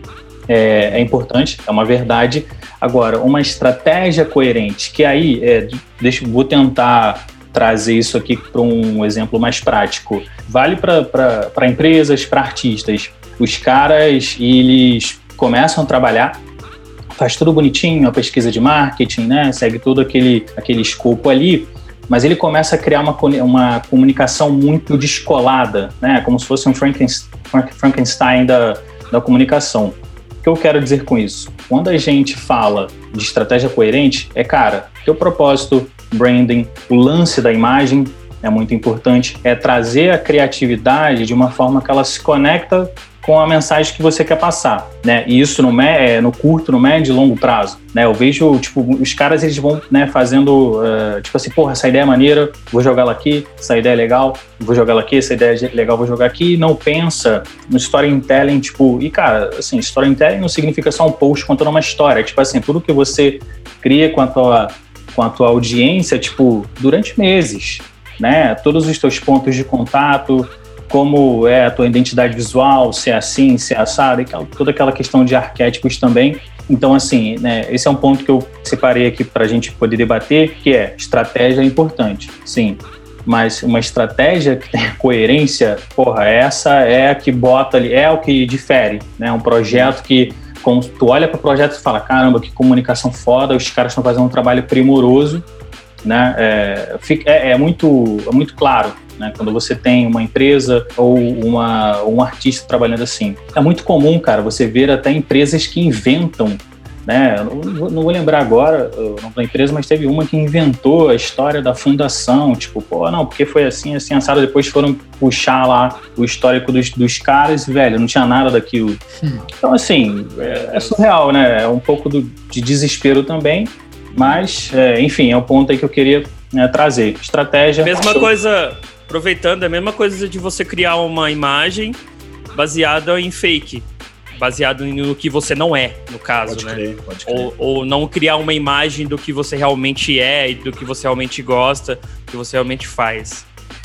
é, é importante, é uma verdade. Agora, uma estratégia coerente, que aí, é, deixa, vou tentar trazer isso aqui para um exemplo mais prático. Vale para empresas, para artistas. Os caras, eles começam a trabalhar, faz tudo bonitinho, a pesquisa de marketing, né? Segue todo aquele, aquele escopo ali, mas ele começa a criar uma, uma comunicação muito descolada, né? Como se fosse um Frankenstein da, da comunicação. O que eu quero dizer com isso? Quando a gente fala de estratégia coerente, é, cara, teu propósito, branding, o lance da imagem é muito importante, é trazer a criatividade de uma forma que ela se conecta com a mensagem que você quer passar, né? E isso no, é, no curto, no médio e longo prazo, né? Eu vejo, tipo, os caras, eles vão, né, fazendo, uh, tipo assim, porra, essa ideia é maneira, vou jogar ela aqui, essa ideia é legal, vou jogar ela aqui, essa ideia é legal, vou jogar aqui, e não pensa no storytelling, tipo, e cara, assim, storytelling não significa só um post contando uma história, tipo assim, tudo que você cria com a tua, com a tua audiência, tipo, durante meses, né? Todos os teus pontos de contato, como é a tua identidade visual, se é assim, se é assado, e toda aquela questão de arquétipos também. Então, assim, né, esse é um ponto que eu separei aqui para a gente poder debater, que é estratégia é importante, sim, mas uma estratégia que tem coerência, porra, essa é a que bota ali, é o que difere, né? Um projeto que, quando tu olha para o projeto e fala, caramba, que comunicação foda, os caras estão fazendo um trabalho primoroso, né? É, é, é, muito, é muito claro, né? Quando você tem uma empresa ou uma, um artista trabalhando assim. É muito comum, cara, você ver até empresas que inventam, né? Eu não, não vou lembrar agora o nome da empresa, mas teve uma que inventou a história da fundação, tipo, pô, não, porque foi assim, assim, assado, depois foram puxar lá o histórico dos, dos caras e, velho, não tinha nada daquilo. Hum. Então, assim, é, é surreal, né? É um pouco do, de desespero também, mas, é, enfim, é o ponto aí que eu queria, né, trazer. Estratégia... Mesma coisa... Aproveitando, é a mesma coisa de você criar uma imagem baseada em fake, baseado no que você não é, no caso, pode né? Crer, pode crer. Ou, ou não criar uma imagem do que você realmente é e do que você realmente gosta, do que você realmente faz.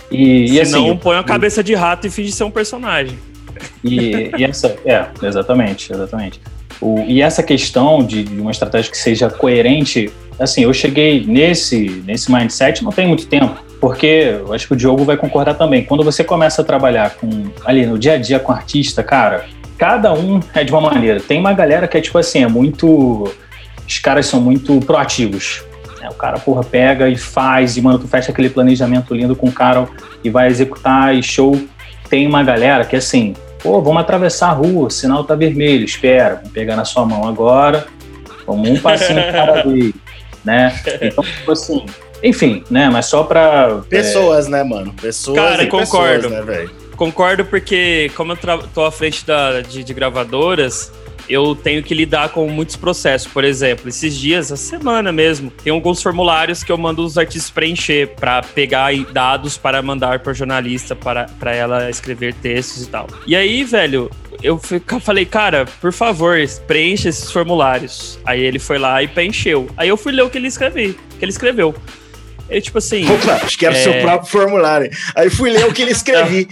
E, e Senão assim, põe uma cabeça de rato e finge ser um personagem. E, e essa, é, exatamente, exatamente. O, e essa questão de, de uma estratégia que seja coerente, assim, eu cheguei nesse, nesse mindset não tem muito tempo. Porque eu acho que o Diogo vai concordar também. Quando você começa a trabalhar com, ali no dia a dia com artista, cara, cada um é de uma maneira. Tem uma galera que é tipo assim, é muito... Os caras são muito proativos. Né? O cara, porra, pega e faz, e, mano, tu fecha aquele planejamento lindo com o cara e vai executar e show. Tem uma galera que é assim, pô, vamos atravessar a rua, o sinal tá vermelho, espera, vamos pegar na sua mão agora, vamos um passinho cada vez, né? Então, tipo assim... Enfim, né? Mas só pra... Pessoas, é... né, mano? Pessoas Cara, e concordo. Pessoas, né, velho? Concordo porque, como eu tra- tô à frente da, de, de gravadoras, eu tenho que lidar com muitos processos. Por exemplo, esses dias, essa semana mesmo, tem alguns formulários que eu mando os artistas preencher para pegar dados para mandar para o jornalista, para, para ela escrever textos e tal. E aí, velho, eu falei, cara, por favor, preencha esses formulários. Aí ele foi lá e preencheu. Aí eu fui ler o que ele escreveu, que ele escreveu. Eu, tipo assim... Opa, acho que era o é... seu próprio formulário. Aí fui ler o que ele escrevi.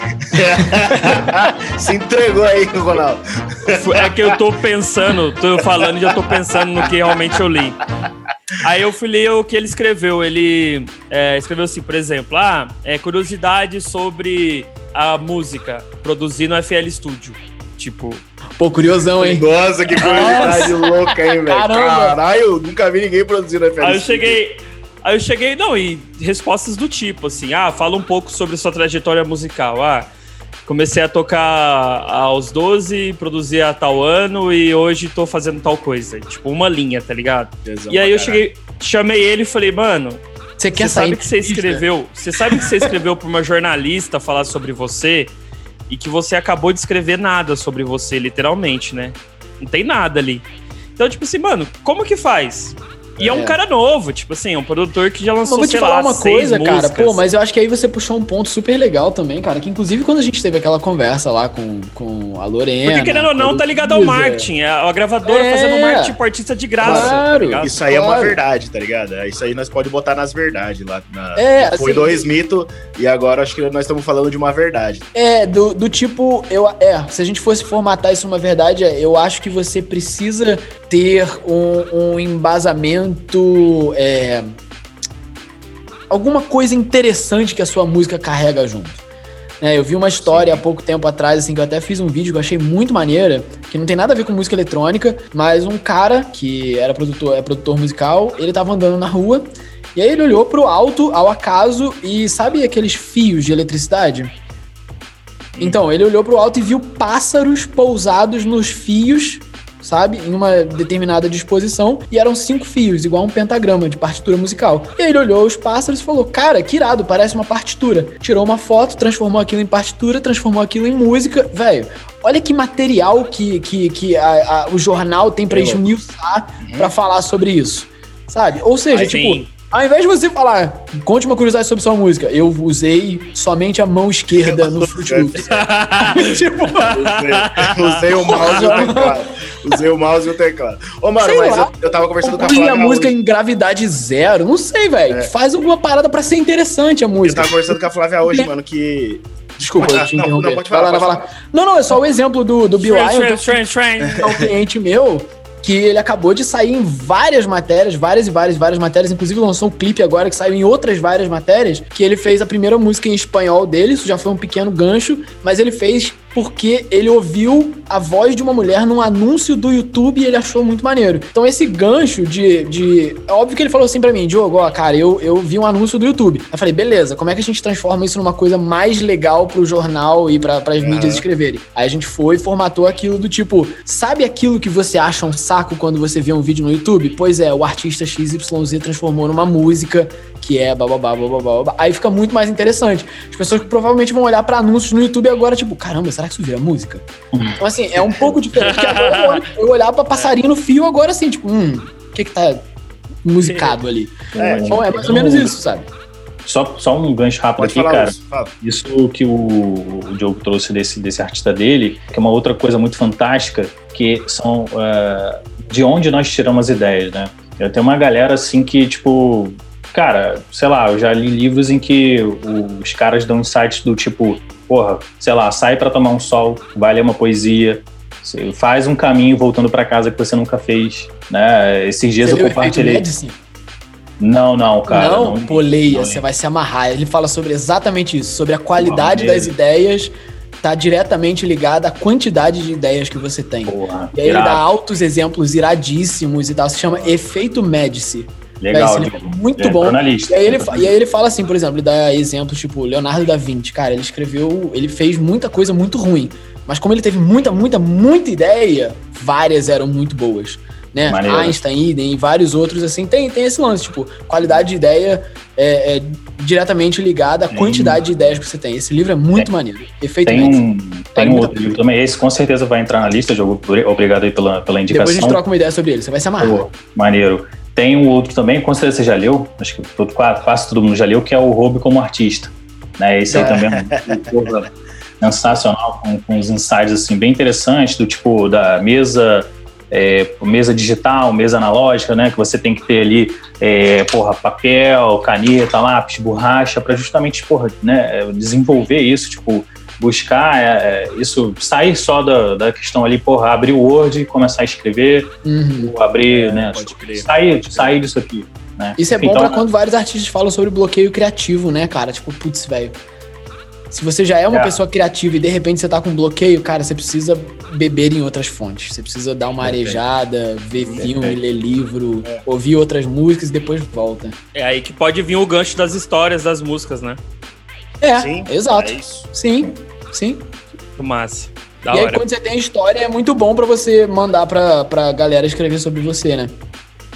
Se entregou aí, Ronaldo. É que eu tô pensando, tô falando e já tô pensando no que realmente eu li. Aí eu fui ler o que ele escreveu. Ele é, escreveu assim, por exemplo, ah, é, curiosidade sobre a música produzir no F L Studio. Tipo... Pô, curiosão, hein? Nossa, que curiosidade louca, hein, velho? Caralho, nunca vi ninguém produzindo F L Aí eu Studio. cheguei... Aí eu cheguei, não, e respostas do tipo, assim, ah, fala um pouco sobre sua trajetória musical. Ah, comecei a tocar aos doze, produzi a tal ano e hoje tô fazendo tal coisa. Tipo, uma linha, tá ligado? Exato, e aí eu cheguei, chamei ele e falei, mano, Você quer Você sair sabe que você escreveu, você sabe que você escreveu para uma jornalista falar sobre você e que você acabou de escrever nada sobre você, literalmente, né? Não tem nada ali. Então, tipo assim, mano, como que faz? E é, é um cara novo, tipo assim, é um produtor que já lançou, mas vou te sei falar lá, uma seis coisa, cara, músicas. pô, mas eu acho que aí você puxou um ponto super legal também, cara, que inclusive quando a gente teve aquela conversa lá com, com a Lorena... Porque querendo ou não, tá ligado ao marketing, é a gravadora É. fazendo marketing pro artista de graça, Claro. tá ligado? Isso aí é uma Claro. verdade, tá ligado? Isso aí nós podemos botar nas verdades lá. Na... É, Foi assim- dois mitos e agora acho que nós estamos falando de uma verdade. É, do, do tipo, eu, é, se a gente fosse formatar isso numa verdade, é, eu acho que você precisa ter um, um embasamento, é, alguma coisa interessante que a sua música carrega junto. É, eu vi uma história há pouco tempo atrás, assim, que eu até fiz um vídeo que eu achei muito maneira, que não tem nada a ver com música eletrônica, mas um cara que era produtor, é produtor musical, ele tava andando na rua, e aí ele olhou pro alto, ao acaso, e sabe aqueles fios de eletricidade? Então, ele olhou pro alto e viu pássaros pousados nos fios, sabe? Em uma determinada disposição. E eram cinco fios, igual um pentagrama de partitura musical. E aí ele olhou os pássaros e falou, cara, que irado, parece uma partitura. Tirou uma foto, transformou aquilo em partitura, transformou aquilo em música. Velho, olha que material que, que, que a, a, o jornal tem pra É louco. esmiuçar pra falar sobre isso. Sabe? Ou seja, Aí tipo... tem- Ao invés de você falar, conte uma curiosidade sobre sua música, eu usei somente a mão esquerda no Fruit Loops. Tipo, Usei, usei o mouse e o teclado. Usei o mouse e o teclado. Ô, mano, Sei mas lá. eu, eu tava conversando com a compõe a Flávia música hoje. em gravidade zero, não sei, velho. É. Faz alguma parada pra ser interessante a Eu música. tava conversando com a Flávia hoje, mano, que... Desculpa, Ah, eu te não, interromper. não, pode vai falar, lá, vai pode lá. Não, não, é só o exemplo do, do Bill Trend, Iron, trend, trend, trend. que é um cliente meu, que ele acabou de sair em várias matérias, várias e várias e várias matérias, inclusive lançou um clipe agora que saiu em outras várias matérias, que ele fez a primeira música em espanhol dele, isso já foi um pequeno gancho, mas ele fez porque ele ouviu a voz de uma mulher num anúncio do YouTube e ele achou muito maneiro. Então esse gancho de... de é óbvio que ele falou assim pra mim, Diogo, ó, cara, eu, eu vi um anúncio do YouTube. Aí eu falei, beleza, como é que a gente transforma isso numa coisa mais legal pro jornal e pra, pras mídias escreverem? Aí a gente foi e formatou aquilo do tipo, sabe aquilo que você acha um saco quando você vê um vídeo no YouTube? Pois é, o artista X Y Z transformou numa música que é bababá, bababá, bababá. Aí fica muito mais interessante. As pessoas que provavelmente vão olhar pra anúncios no YouTube agora, tipo, caramba, será que isso vira música? Então, assim, é um pouco diferente. Porque agora eu olho- eu olhar pra passarinho no fio agora, assim, tipo, hum, o que que tá musicado ali? É, Então é mais ou menos isso, sabe? Só, só um gancho rápido Pode aqui, falar, cara. Lúcio, fala. Isso que o, o Diogo trouxe desse, desse artista dele, que é uma outra coisa muito fantástica, que são uh, de onde nós tiramos as ideias, né? Eu tenho uma galera assim que, tipo, cara, sei lá, eu já li livros em que os caras dão insights do tipo, porra, sei lá, sai pra tomar um sol, vai ler uma poesia, você faz um caminho voltando pra casa que você nunca fez, né? Esses dias Você eu leu o efeito compartilhei. Médici? Não, não, cara. não, pô, leia, não você li. vai se amarrar. Ele fala sobre exatamente isso, sobre a qualidade Maneiro. das ideias tá diretamente ligada à quantidade de ideias que você tem. Porra, E aí ele irado. dá altos exemplos iradíssimos e tal, se chama Efeito Médici. Legal, Véi, esse livro é Diogo. muito É, bom. jornalista. E aí, ele, fa- e aí ele fala assim, por exemplo, ele dá exemplos tipo Leonardo da Vinci. Cara, ele escreveu, ele fez muita coisa muito ruim. Mas como ele teve muita, muita, muita ideia, várias eram muito boas. Né? Maneiro. Einstein, Eden e vários outros, assim, tem, tem esse lance, tipo, qualidade de ideia é, é diretamente ligada à Tem. quantidade de ideias que você tem. Esse livro é muito maneiro. Efeito Tem Médici. um, Vale tem um muito outro a livro também. Esse com certeza vai entrar na lista, Diogo. Obrigado aí pela, pela indicação. Depois a gente troca uma ideia sobre ele, você vai se amarrar. Pô, maneiro. Tem um outro também, com certeza você já leu, acho que todo, quase, quase todo mundo já leu, que é o Hobby como Artista. Né? Esse aí É. também é um porra, sensacional, com, com uns insights assim, bem interessantes, do tipo da mesa, é, mesa digital, mesa analógica, né? Que você tem que ter ali é, porra, papel, caneta, lápis, borracha, para justamente porra, né, desenvolver isso, tipo, buscar é, isso, sair só da, da questão ali, porra, abrir o Word e começar a escrever, Uhum. ou abrir, né? pode crer. Sair, sair disso aqui. Né? Isso é bom Então, pra quando vários artistas falam sobre bloqueio criativo, né, cara? Tipo, putz, velho. Se você já é uma É. pessoa criativa e de repente você tá com bloqueio, cara, você precisa beber em outras fontes. Você precisa dar uma Perfeito. arejada, ver filme, Perfeito. ler livro, É. ouvir outras músicas e depois volta. É aí que pode vir o gancho das histórias das músicas, né? É, Sim, exato. é isso. Sim, sim. Do massa. Da e aí, hora. quando você tem história, é muito bom pra você mandar pra, pra galera escrever sobre você, né?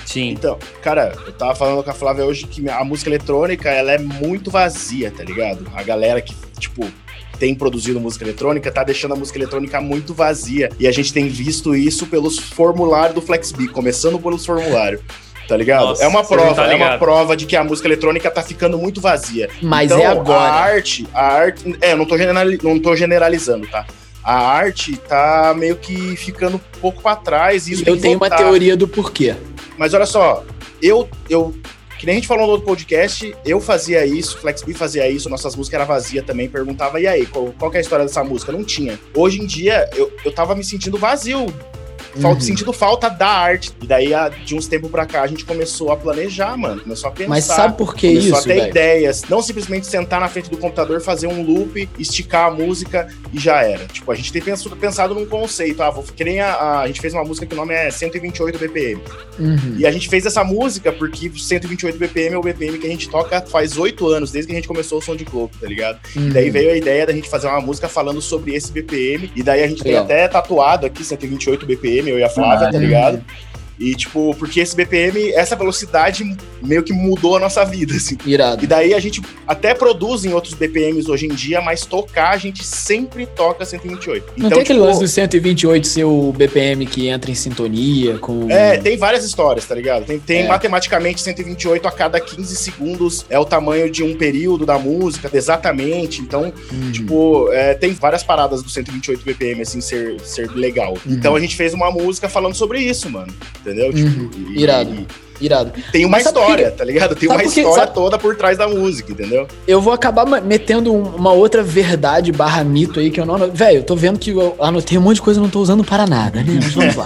Sim. Então, cara, eu tava falando com a Flávia hoje que a música eletrônica, ela é muito vazia, tá ligado? A galera que, tipo, tem produzido música eletrônica tá deixando a música eletrônica muito vazia. E a gente tem visto isso pelos formulários do FlexBee, começando pelos formulários. Tá ligado? Nossa, é uma prova, tá é uma prova de que a música eletrônica tá ficando muito vazia. Mas então, é agora. A arte, a arte, é, eu não tô, generali- não tô generalizando, tá? A arte tá meio que ficando um pouco pra trás. E isso eu tem tenho uma voltar. teoria do porquê. Mas olha só, eu, eu, que nem a gente falou no outro podcast, eu fazia isso, FlexBee fazia isso, nossas músicas eram vazias também, perguntava, e aí, qual, qual que é a história dessa música? Não tinha. Hoje em dia, eu, eu tava me sentindo vazio, falta, Uhum. sentindo falta da arte. E daí, de uns tempos pra cá, a gente começou a planejar, mano, começou a pensar. Mas sabe por que começou isso, a ter velho? ideias, não simplesmente sentar na frente do computador, fazer um loop, esticar a música e já era. Tipo, a gente tem pensado, pensado num conceito, ah, vou, que nem a, a, a gente fez uma música que o nome é cento e vinte e oito B P M. Uhum. E a gente fez essa música porque cento e vinte e oito B P M é o B P M que a gente toca faz oito anos, desde que a gente começou o Som de Coco, tá ligado? Uhum. E daí veio a ideia da gente fazer uma música falando sobre esse B P M, e daí a gente Legal. tem até tatuado aqui cento e vinte e oito B P M, eu e a Flávia, Ah, tá ligado? E, tipo, porque esse B P M, essa velocidade meio que mudou a nossa vida, assim. Irado. E daí a gente até produz em outros B P Ms hoje em dia, mas tocar a gente sempre toca cento e vinte e oito. Não Então, tem aquele tipo, lance do cento e vinte e oito ser o B P M que entra em sintonia com... É, tem várias histórias, tá ligado? Tem, tem É. matematicamente cento e vinte e oito a cada quinze segundos é o tamanho de um período da música, exatamente. Então, Uhum. tipo, é, tem várias paradas do cento e vinte e oito B P M, assim, ser, ser legal. Uhum. Então a gente fez uma música falando sobre isso, mano. Entendeu? Uhum. e- Irado. e Irado. tem uma Mas sabe por história, quê? tá ligado? Tem Sabe uma por quê? história Sabe- toda por trás da música, entendeu? Eu vou acabar ma- metendo um- uma outra verdade barra mito aí que eu não... ano- Velho, eu tô vendo que eu anotei um monte de coisa e não tô usando para nada, né? Mas vamos lá.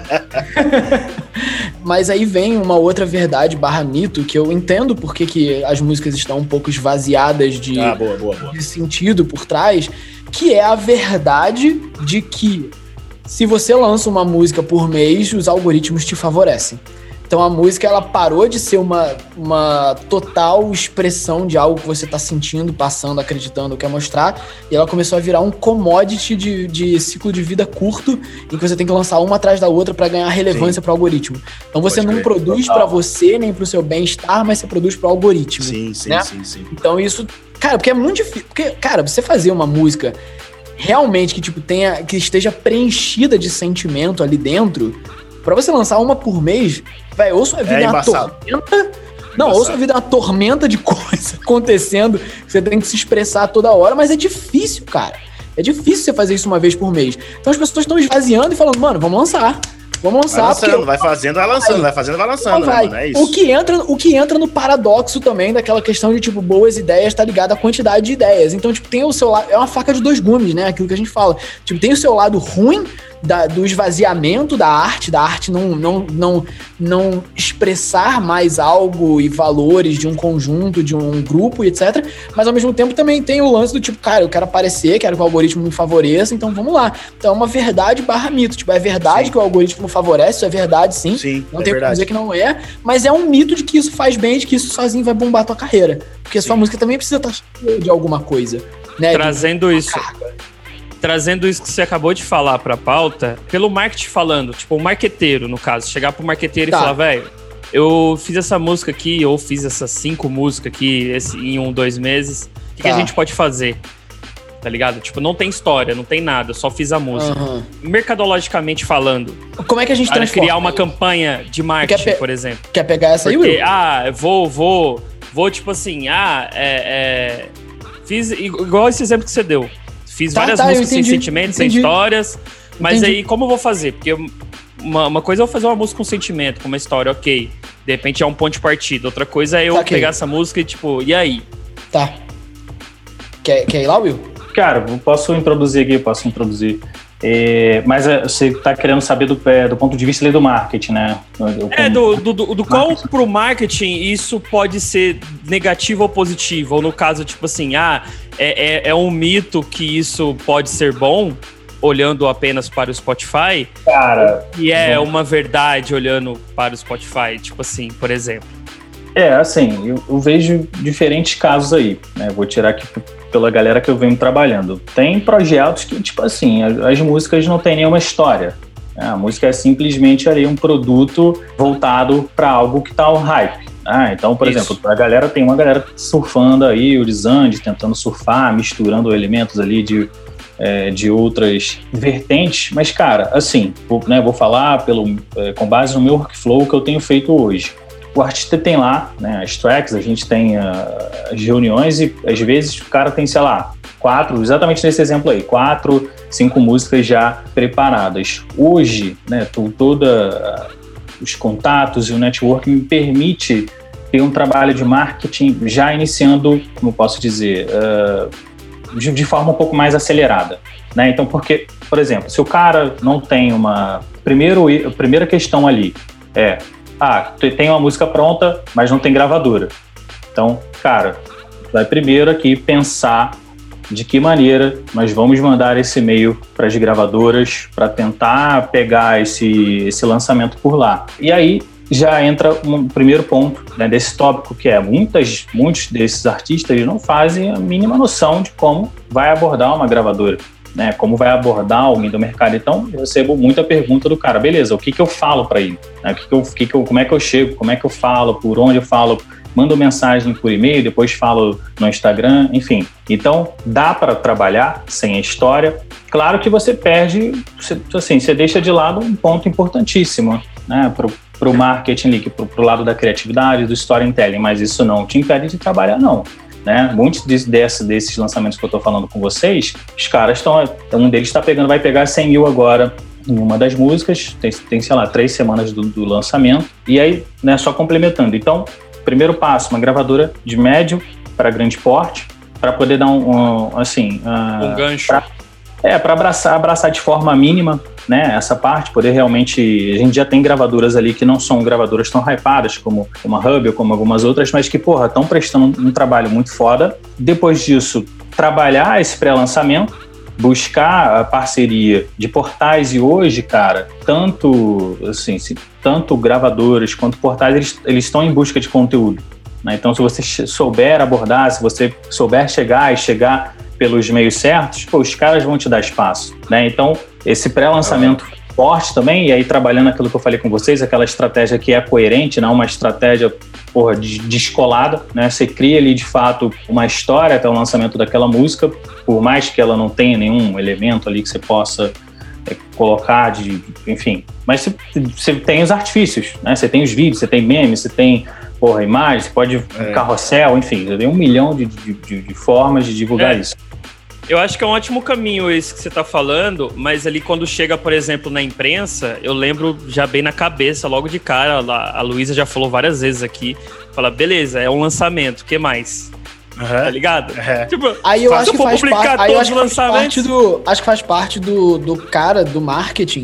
Mas aí vem uma outra verdade barra mito que eu entendo porque que as músicas estão um pouco esvaziadas de, Ah, boa, boa, boa. de sentido por trás, que é a verdade de que se você lança uma música por mês, os algoritmos te favorecem. Então a música, ela parou de ser uma, uma total expressão de algo que você tá sentindo, passando, acreditando, quer mostrar, e ela começou a virar um commodity de, de ciclo de vida curto, em que você tem que lançar uma atrás da outra para ganhar relevância para o algoritmo. Então você Pode não crer. produz para você, nem para o seu bem-estar, mas você produz para o algoritmo. Sim, sim, né? sim, sim. Então isso, cara, porque é muito difícil, porque, cara, você fazer uma música realmente que, tipo, tenha, que esteja preenchida de sentimento ali dentro, pra você lançar uma por mês, velho, ou sua vida É é, uma embaçado. tormenta, não, ou Embaçado. sua vida é uma tormenta de coisa acontecendo, que você tem que se expressar toda hora, mas é difícil, cara. É difícil você fazer isso uma vez por mês. Então as pessoas estão esvaziando e falando, mano, vamos lançar. Vamos Vai lançar, lançando, porque vai fazendo, vai lançando, vai fazendo, vai lançando, não né, vai. mano? É isso. O que, entra, o que entra no paradoxo também daquela questão de, tipo, boas ideias tá ligado à quantidade de ideias. Então, tipo, tem o seu lado... É uma faca de dois gumes, né? Aquilo que a gente fala. Tipo, tem o seu lado ruim da, do esvaziamento da arte, da arte não, não, não, não expressar mais algo e valores de um conjunto, de um grupo, etcétera. Mas, ao mesmo tempo, também tem o lance do tipo, cara, eu quero aparecer, quero que o algoritmo me favoreça, então vamos lá. Então, é uma verdade barra mito. Tipo, é verdade Sim. que o algoritmo favorece, isso é verdade, sim. Sim, Não é tem como verdade. dizer que não é, mas é um mito de que isso faz bem, de que isso sozinho vai bombar a tua carreira. Porque Sim. sua música também precisa estar cheia de alguma coisa, né? Trazendo isso, carga. trazendo isso que você acabou de falar pra pauta, pelo marketing falando, tipo, o marqueteiro, no caso, chegar pro marqueteiro Tá. e falar, velho, eu fiz essa música aqui, ou fiz essas cinco músicas aqui esse, em um, dois meses, o que, que a Tá. gente pode fazer? Tá ligado? Tipo, não tem história, não tem nada, eu só fiz a música. Aham. Mercadologicamente falando, Como é que a gente para transforma? criar uma campanha de marketing, Quer pe- por exemplo. Quer pegar essa aí, Porque, Will? ah, eu vou, vou, vou, tipo assim, ah, é, é, fiz igual esse exemplo que você deu. Fiz Tá, várias tá, eu músicas sem entendi, sentimentos, entendi. sem histórias, mas Entendi. aí como eu vou fazer? Porque uma, uma coisa é eu fazer uma música com sentimento, com uma história, ok. De repente é um ponto de partida. Outra coisa é eu Saquei. pegar essa música e tipo, e aí? Tá. Quer, quer ir lá, Will? Cara, eu posso introduzir aqui, posso introduzir. É, mas é, você está querendo saber do, é, do ponto de vista ali do marketing, né? Eu- É, do, do, do, do qual Marketing. pro marketing isso pode ser negativo ou positivo. Ou no caso, tipo assim, ah, é, é, é um mito que isso pode ser bom, olhando apenas para o Spotify, Cara, e é Bom. uma verdade olhando para o Spotify, tipo assim, por exemplo. é assim, eu, eu vejo diferentes casos aí, né? Vou tirar aqui p- pela galera que eu venho trabalhando. Tem projetos que, tipo assim, as, as músicas não têm nenhuma história. A música é simplesmente ali um produto voltado para algo que está ao hype. Ah, então, por Isso. exemplo, a galera tem uma galera surfando aí, utilizando, tentando surfar, misturando elementos ali de, é, de outras vertentes. Mas, cara, assim, vou, né, vou falar pelo, é, com base no meu workflow que eu tenho feito hoje. O artista tem lá, né, as tracks, a gente tem uh, as reuniões e às vezes o cara tem, sei lá, quatro, exatamente nesse exemplo aí, quatro, cinco músicas já preparadas. Hoje, né, toda uh, os contatos e o network me permite ter um trabalho de marketing já iniciando, como posso dizer, uh, de, de forma um pouco mais acelerada, né? Então, porque, por exemplo, se o cara não tem uma... Primeiro, a primeira questão ali é, ah, tem uma música pronta, mas não tem gravadora. Então, cara, vai primeiro aqui pensar de que maneira nós vamos mandar esse e-mail para as gravadoras para tentar pegar esse, esse lançamento por lá. E aí já entra um primeiro ponto, né, desse tópico, que é muitas, muitos desses artistas não fazem a mínima noção de como vai abordar uma gravadora, né, como vai abordar alguém do mercado. Então, eu recebo muita pergunta do cara, beleza, o que, que eu falo para ele? Né, o que que eu, que que eu, como é que eu chego? Como é que eu falo? Por onde eu falo? Mando mensagem por e-mail, depois falo no Instagram, enfim. Então, dá para trabalhar sem a história. Claro que você perde, você, assim, você deixa de lado um ponto importantíssimo, né, para o marketing, para o lado da criatividade, do storytelling, mas isso não te impede de trabalhar, não. Né? Muitos desse, desses lançamentos que eu estou falando com vocês, os caras estão, um deles está pegando, vai pegar cem mil agora em uma das músicas, tem, tem sei lá, três semanas do, do lançamento, e aí, né, só complementando. Então, primeiro passo, uma gravadora de médio para grande porte, para poder dar um, um assim... Uh, um gancho. Pra, é, para abraçar, abraçar de forma mínima, né, essa parte, poder realmente... A gente já tem gravadoras ali que não são gravadoras tão hypadas como uma Hub ou como algumas outras, mas que, porra, estão prestando um trabalho muito foda. Depois disso, trabalhar esse pré-lançamento, buscar a parceria de portais, e hoje, cara, tanto, assim, se, tanto gravadoras quanto portais, eles, eles estão em busca de conteúdo, né? Então, se você souber abordar, se você souber chegar e chegar pelos meios certos, pô, os caras vão te dar espaço, né? Então, esse pré-lançamento ah. forte também, e aí trabalhando aquilo que eu falei com vocês, aquela estratégia que é coerente, não uma estratégia, porra, descolada, né? Você cria ali, de fato, uma história até o lançamento daquela música, por mais que ela não tenha nenhum elemento ali que você possa é, colocar, de, enfim. Mas você, você tem os artifícios, né? Você tem os vídeos, você tem memes, você tem, porra, imagens, você pode é. carrossel, enfim, você tem um milhão de, de, de, de formas de divulgar é. isso. Eu acho que é um ótimo caminho esse que você está falando, mas ali quando chega, por exemplo, na imprensa, eu lembro já bem na cabeça, logo de cara, a Luísa já falou várias vezes aqui, fala, beleza, é um lançamento, o que mais? Uhum. Tá ligado? Uhum. Tipo, aí eu acho que faz parte, aí eu acho que faz parte do, acho que faz parte do, do cara do marketing.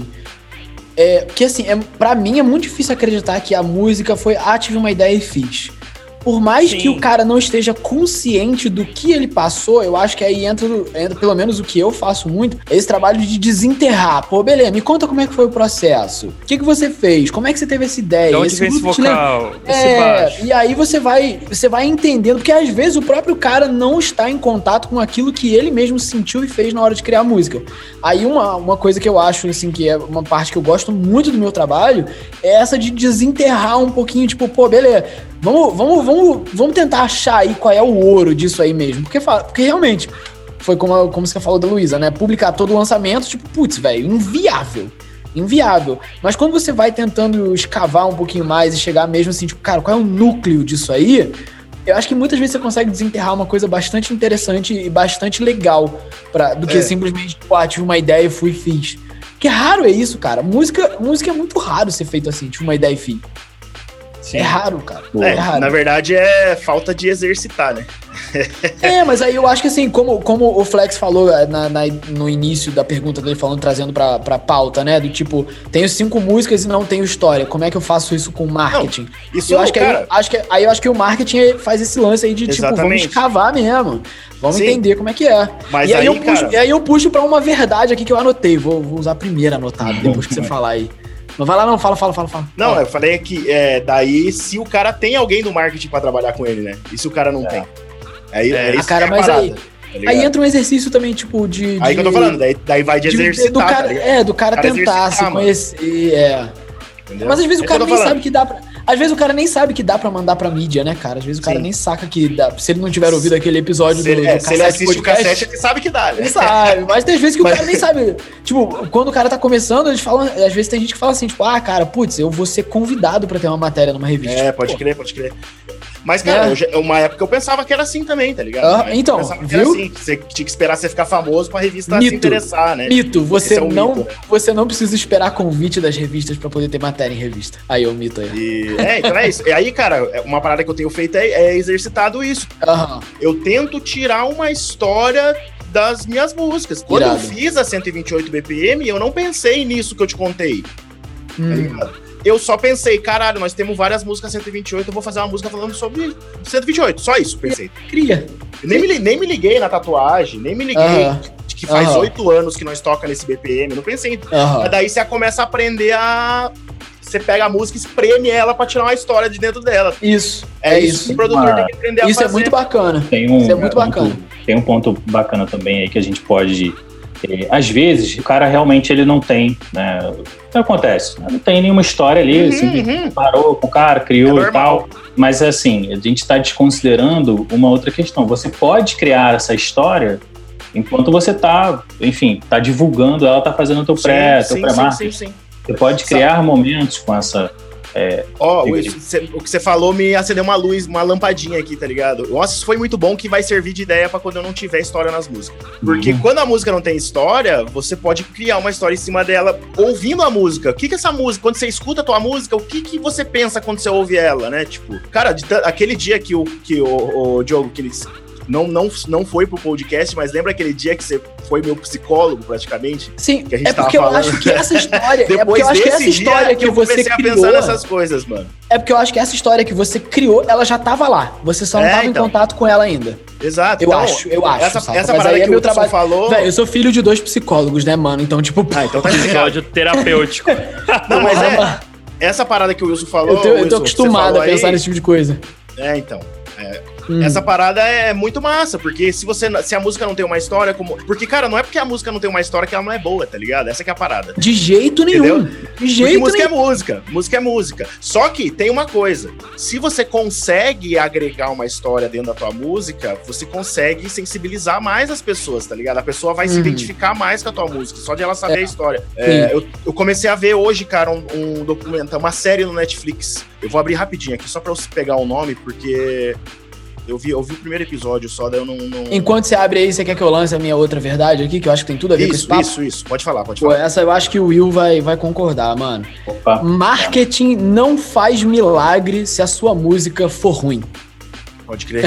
É, porque assim, é, pra mim é muito difícil acreditar que a música foi, ah, tive uma ideia e fiz. Por mais Sim. que o cara não esteja consciente do que ele passou, eu acho que aí entra, entra, pelo menos o que eu faço muito, é esse trabalho de desenterrar. Pô, beleza, me conta como é que foi o processo. O que, que você fez? Como é que você teve essa ideia? De onde esse vem esse vocal? Le... Esse é, baixo? E aí você vai, você vai entendendo, porque às vezes o próprio cara não está em contato com aquilo que ele mesmo sentiu e fez na hora de criar a música. Aí uma, uma coisa que eu acho, assim, que é uma parte que eu gosto muito do meu trabalho, é essa de desenterrar um pouquinho, tipo, pô, beleza, vamos, vamos, vamos, vamos tentar achar aí qual é o ouro disso aí mesmo. Porque, porque realmente, foi como, como você falou da Luísa, né? Publicar todo o lançamento, tipo, putz, velho, inviável. Inviável. Mas quando você vai tentando escavar um pouquinho mais e chegar mesmo assim, tipo, cara, qual é o núcleo disso aí? Eu acho que muitas vezes você consegue desenterrar uma coisa bastante interessante e bastante legal pra, do que é. simplesmente, pô, tive uma ideia e fui e fiz. Que raro é isso, cara. Música, música é muito raro ser feito assim, tive uma ideia e fiz. Sim. É raro, cara. É, é raro. Na verdade, é falta de exercitar, né? É, mas aí eu acho que assim, como, como o Flex falou na, na, no início da pergunta dele, falando, trazendo pra, pra pauta, né? Do tipo, tenho cinco músicas e não tenho história. Como é que eu faço isso com marketing? Não, isso eu acho que, cara... aí, acho que aí eu acho que o marketing faz esse lance aí de, Exatamente. tipo, vamos escavar mesmo. Vamos Sim. entender como é que é. Mas e aí, aí, eu puxo, cara... e aí eu puxo pra uma verdade aqui que eu anotei. Vou, vou usar a primeira anotada, depois que você falar aí. Não vai lá não, fala, fala, fala, fala. Não, fala. eu falei que é, daí se o cara tem alguém do marketing pra trabalhar com ele, né? E se o cara não é. tem? Aí, é, é isso ah, cara, que é mas aí, ligado? Aí entra um exercício também, tipo, de... Aí de, que eu tô falando, daí, daí vai de de- exercitar, do cara, tá ligado? É, do cara, Cara tentar exercitar, se mano. conhecer, é. Entendeu? Mas às vezes É o cara isso que eu nem tô sabe que dá pra... Às vezes o cara nem sabe que dá pra mandar pra mídia, né, cara? Às vezes o cara Sim. nem saca que dá... Se ele não tiver ouvido aquele episódio Se ele, do, é, do se ele Cassete assiste o Podcast, cassete, ele sabe que dá, né? ele sabe, mas tem vezes que Mas- o cara nem sabe. Tipo, quando o cara tá começando, eles falam. Às vezes tem gente que fala assim, tipo, ah, cara, putz, eu vou ser convidado pra ter uma matéria numa revista. É, pode Pô, crer, pode crer. Mas, cara, É. eu já- uma época eu pensava que era assim também, tá ligado? Ah, Uma época eu então, pensava que era viu? assim, que você tinha que esperar você ficar famoso pra revista se Mito. interessar, né? Mito, você Esse é um não, mito, né? você não precisa esperar convite das revistas pra poder ter matéria em revista. Aí é o mito aí. E, é, então é isso. E aí, cara, uma parada que eu tenho feito é, é exercitado isso. Aham. Eu tento tirar uma história das minhas músicas. Quando Irado. eu fiz a cento e vinte e oito B P M, eu não pensei nisso que eu te contei, tá Hum. ligado? Eu só pensei, caralho, nós temos várias músicas cento e vinte e oito, eu vou fazer uma música falando sobre cento e vinte e oito. Só isso, pensei. Cria. Eu nem, me, li- nem me liguei na tatuagem, nem me liguei Aham. de que faz Aham. oito anos que nós toca nesse B P M, não pensei em... Aham. Mas daí você começa a aprender a... Você pega a música e espreme ela pra tirar uma história de dentro dela. Isso. É, É, isso, isso. que o produtor Uma- tem que aprender a Isso fazer. é muito bacana. Tem um, Isso é muito bacana. Tem um ponto bacana também aí que a gente pode... eh, às vezes, o cara realmente ele não tem, né? O que acontece? Né? Não tem nenhuma história ali, Uhum, assim, uhum. parou com o cara, É criou e normal. tal. Mas assim, a gente está desconsiderando uma outra questão. Você pode criar essa história enquanto você está, enfim, está divulgando ela, está fazendo o teu pré, Sim, teu sim, pré-marketing. sim, sim, sim. Você pode criar momentos com essa... Ó, o, Diga aí. cê- o que você falou me acendeu uma luz, uma lampadinha aqui, tá ligado? Nossa, isso foi muito bom que vai servir de ideia pra quando eu não tiver história nas músicas. Porque Uhum. quando a música não tem história, você pode criar uma história em cima dela ouvindo a música. O que que essa música, quando você escuta a tua música, o que que você pensa quando você ouve ela, né? Tipo, cara, de ta- aquele dia que o, que o, o Diogo, que eles não, não, não foi pro podcast, mas lembra aquele dia que você foi meu psicólogo, praticamente? Sim, Que a gente é tava porque eu falando. acho que essa história. é porque Depois eu acho que desse essa história dia que, eu você comecei a criou. pensar nessas coisas, mano. É porque eu acho que essa história que você criou, ela já tava lá. Você só não É, tava então. em contato com ela ainda. Exato. Eu Então, acho, eu acho. Essa, saca? essa Mas parada aí é que meu o Wilson trabalho. falou... Véi, eu sou filho de dois psicólogos, né, mano? Então, tipo, Ah, então tá explicado. Episódio terapêutico. Não, mas Porra, é... mano. Essa parada que o Wilson falou... eu, tô, eu Wilson, tô que você acostumado falou a pensar aí, nesse tipo de coisa. É, então. Hum. Essa parada é muito massa, porque se você se a música não tem uma história, como. Porque, cara, não é porque a música não tem uma história que ela não é boa, tá ligado? Essa que é a parada. De jeito nenhum. Entendeu? De Porque jeito música nenhum. é música, música é música. Só que tem uma coisa: se você consegue agregar uma história dentro da tua música, você consegue sensibilizar mais as pessoas, tá ligado? A pessoa vai se Uhum. identificar mais com a tua música, só de ela saber É. a história. Sim. É, eu, eu comecei a ver hoje, cara, um, um documentário, uma série no Netflix. Eu vou abrir rapidinho aqui, só pra eu pegar o nome, porque. Eu vi, eu vi o primeiro episódio só, daí eu não. não... Enquanto você abre aí, você quer que eu lance a minha outra verdade aqui, que eu acho que tem tudo a ver com esse Isso, papo? isso, isso. Pode falar, pode Pô, falar. essa eu acho que o Will vai, vai concordar, mano. Opa. Marketing não faz milagre se a sua música for ruim. Pode crer.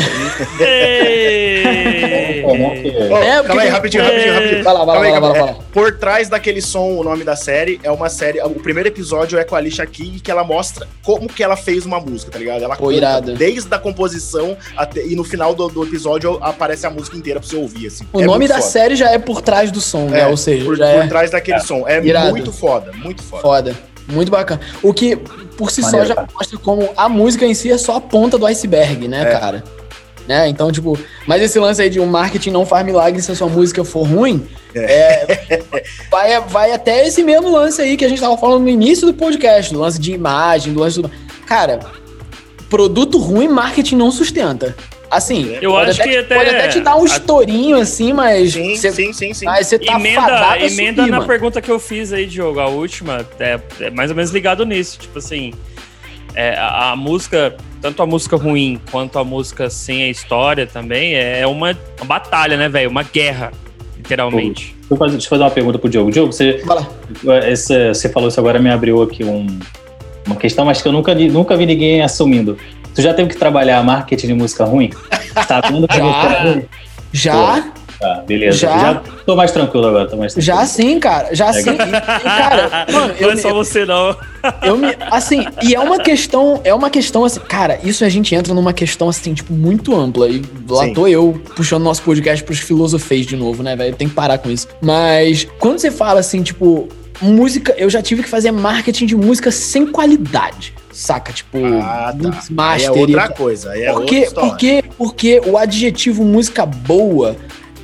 Ei! Como que- Ó, É, calma porque- aí, rapidinho, É. rapidinho, rapidinho. Vai lá, vai lá, Calma aí, vai lá, calma vai aí. lá. É, Por trás daquele som, o nome da série é uma série. O primeiro episódio é com a Alicia Keys, que ela mostra como que ela fez uma música, tá ligado? Ela Pô, canta irado. desde a composição até, e no final do, do episódio aparece a música inteira pra você ouvir, assim. O É nome muito da foda. série já é por trás do som, né? É, Ou seja, por, já por é trás daquele som. É Irado. muito foda, muito foda. foda. Muito bacana. O que, por si Maneiro, só, já cara. mostra como a música em si é só a ponta do iceberg, né, É. cara? Né? Então, tipo, mas esse lance aí de um marketing não faz milagre se a sua música for ruim, é, vai, vai até esse mesmo lance aí que a gente tava falando no início do podcast, do lance de imagem, do lance do... Cara, produto ruim, marketing não sustenta. Assim, Eu pode acho até, que até- pode até te dar um a- estourinho assim, mas Sim, você, sim, sim, sim. mas você tá Emenda, fadado a emenda subir, na mano. pergunta que eu fiz aí, Diogo, a última, é, é mais ou menos ligado nisso. Tipo assim, é, a, a música, tanto a música ruim quanto a música sem a história também, é uma, uma batalha, né, velho? Uma guerra, literalmente. Deixa eu, fazer, deixa eu fazer uma pergunta pro Diogo. Diogo, você, Vai lá. esse- você falou isso agora, me abriu aqui um- uma questão, mas que eu nunca, vi- nunca vi ninguém assumindo. Tu já teve que trabalhar marketing de música ruim? Sabendo que a Já. música é ruim? Já, Tá, beleza. Já. Já tô mais tranquilo agora, tô mais tranquilo. já sim, cara. Já sim. E, e, cara, mano, eu, Não é só você, não. eu me. Assim, e é uma questão. É uma questão assim. Cara, isso a gente entra numa questão assim, tipo, muito ampla. E lá Sim. tô eu puxando nosso podcast pros filosofês de novo, né, velho? Tem que parar com isso. Mas quando você fala assim, tipo, música. Eu já tive que fazer marketing de música sem qualidade. Saca? Tipo, Ah, tá. mix Aí master. é outra e- coisa, aí é porque, outra história. porque, porque o adjetivo música boa,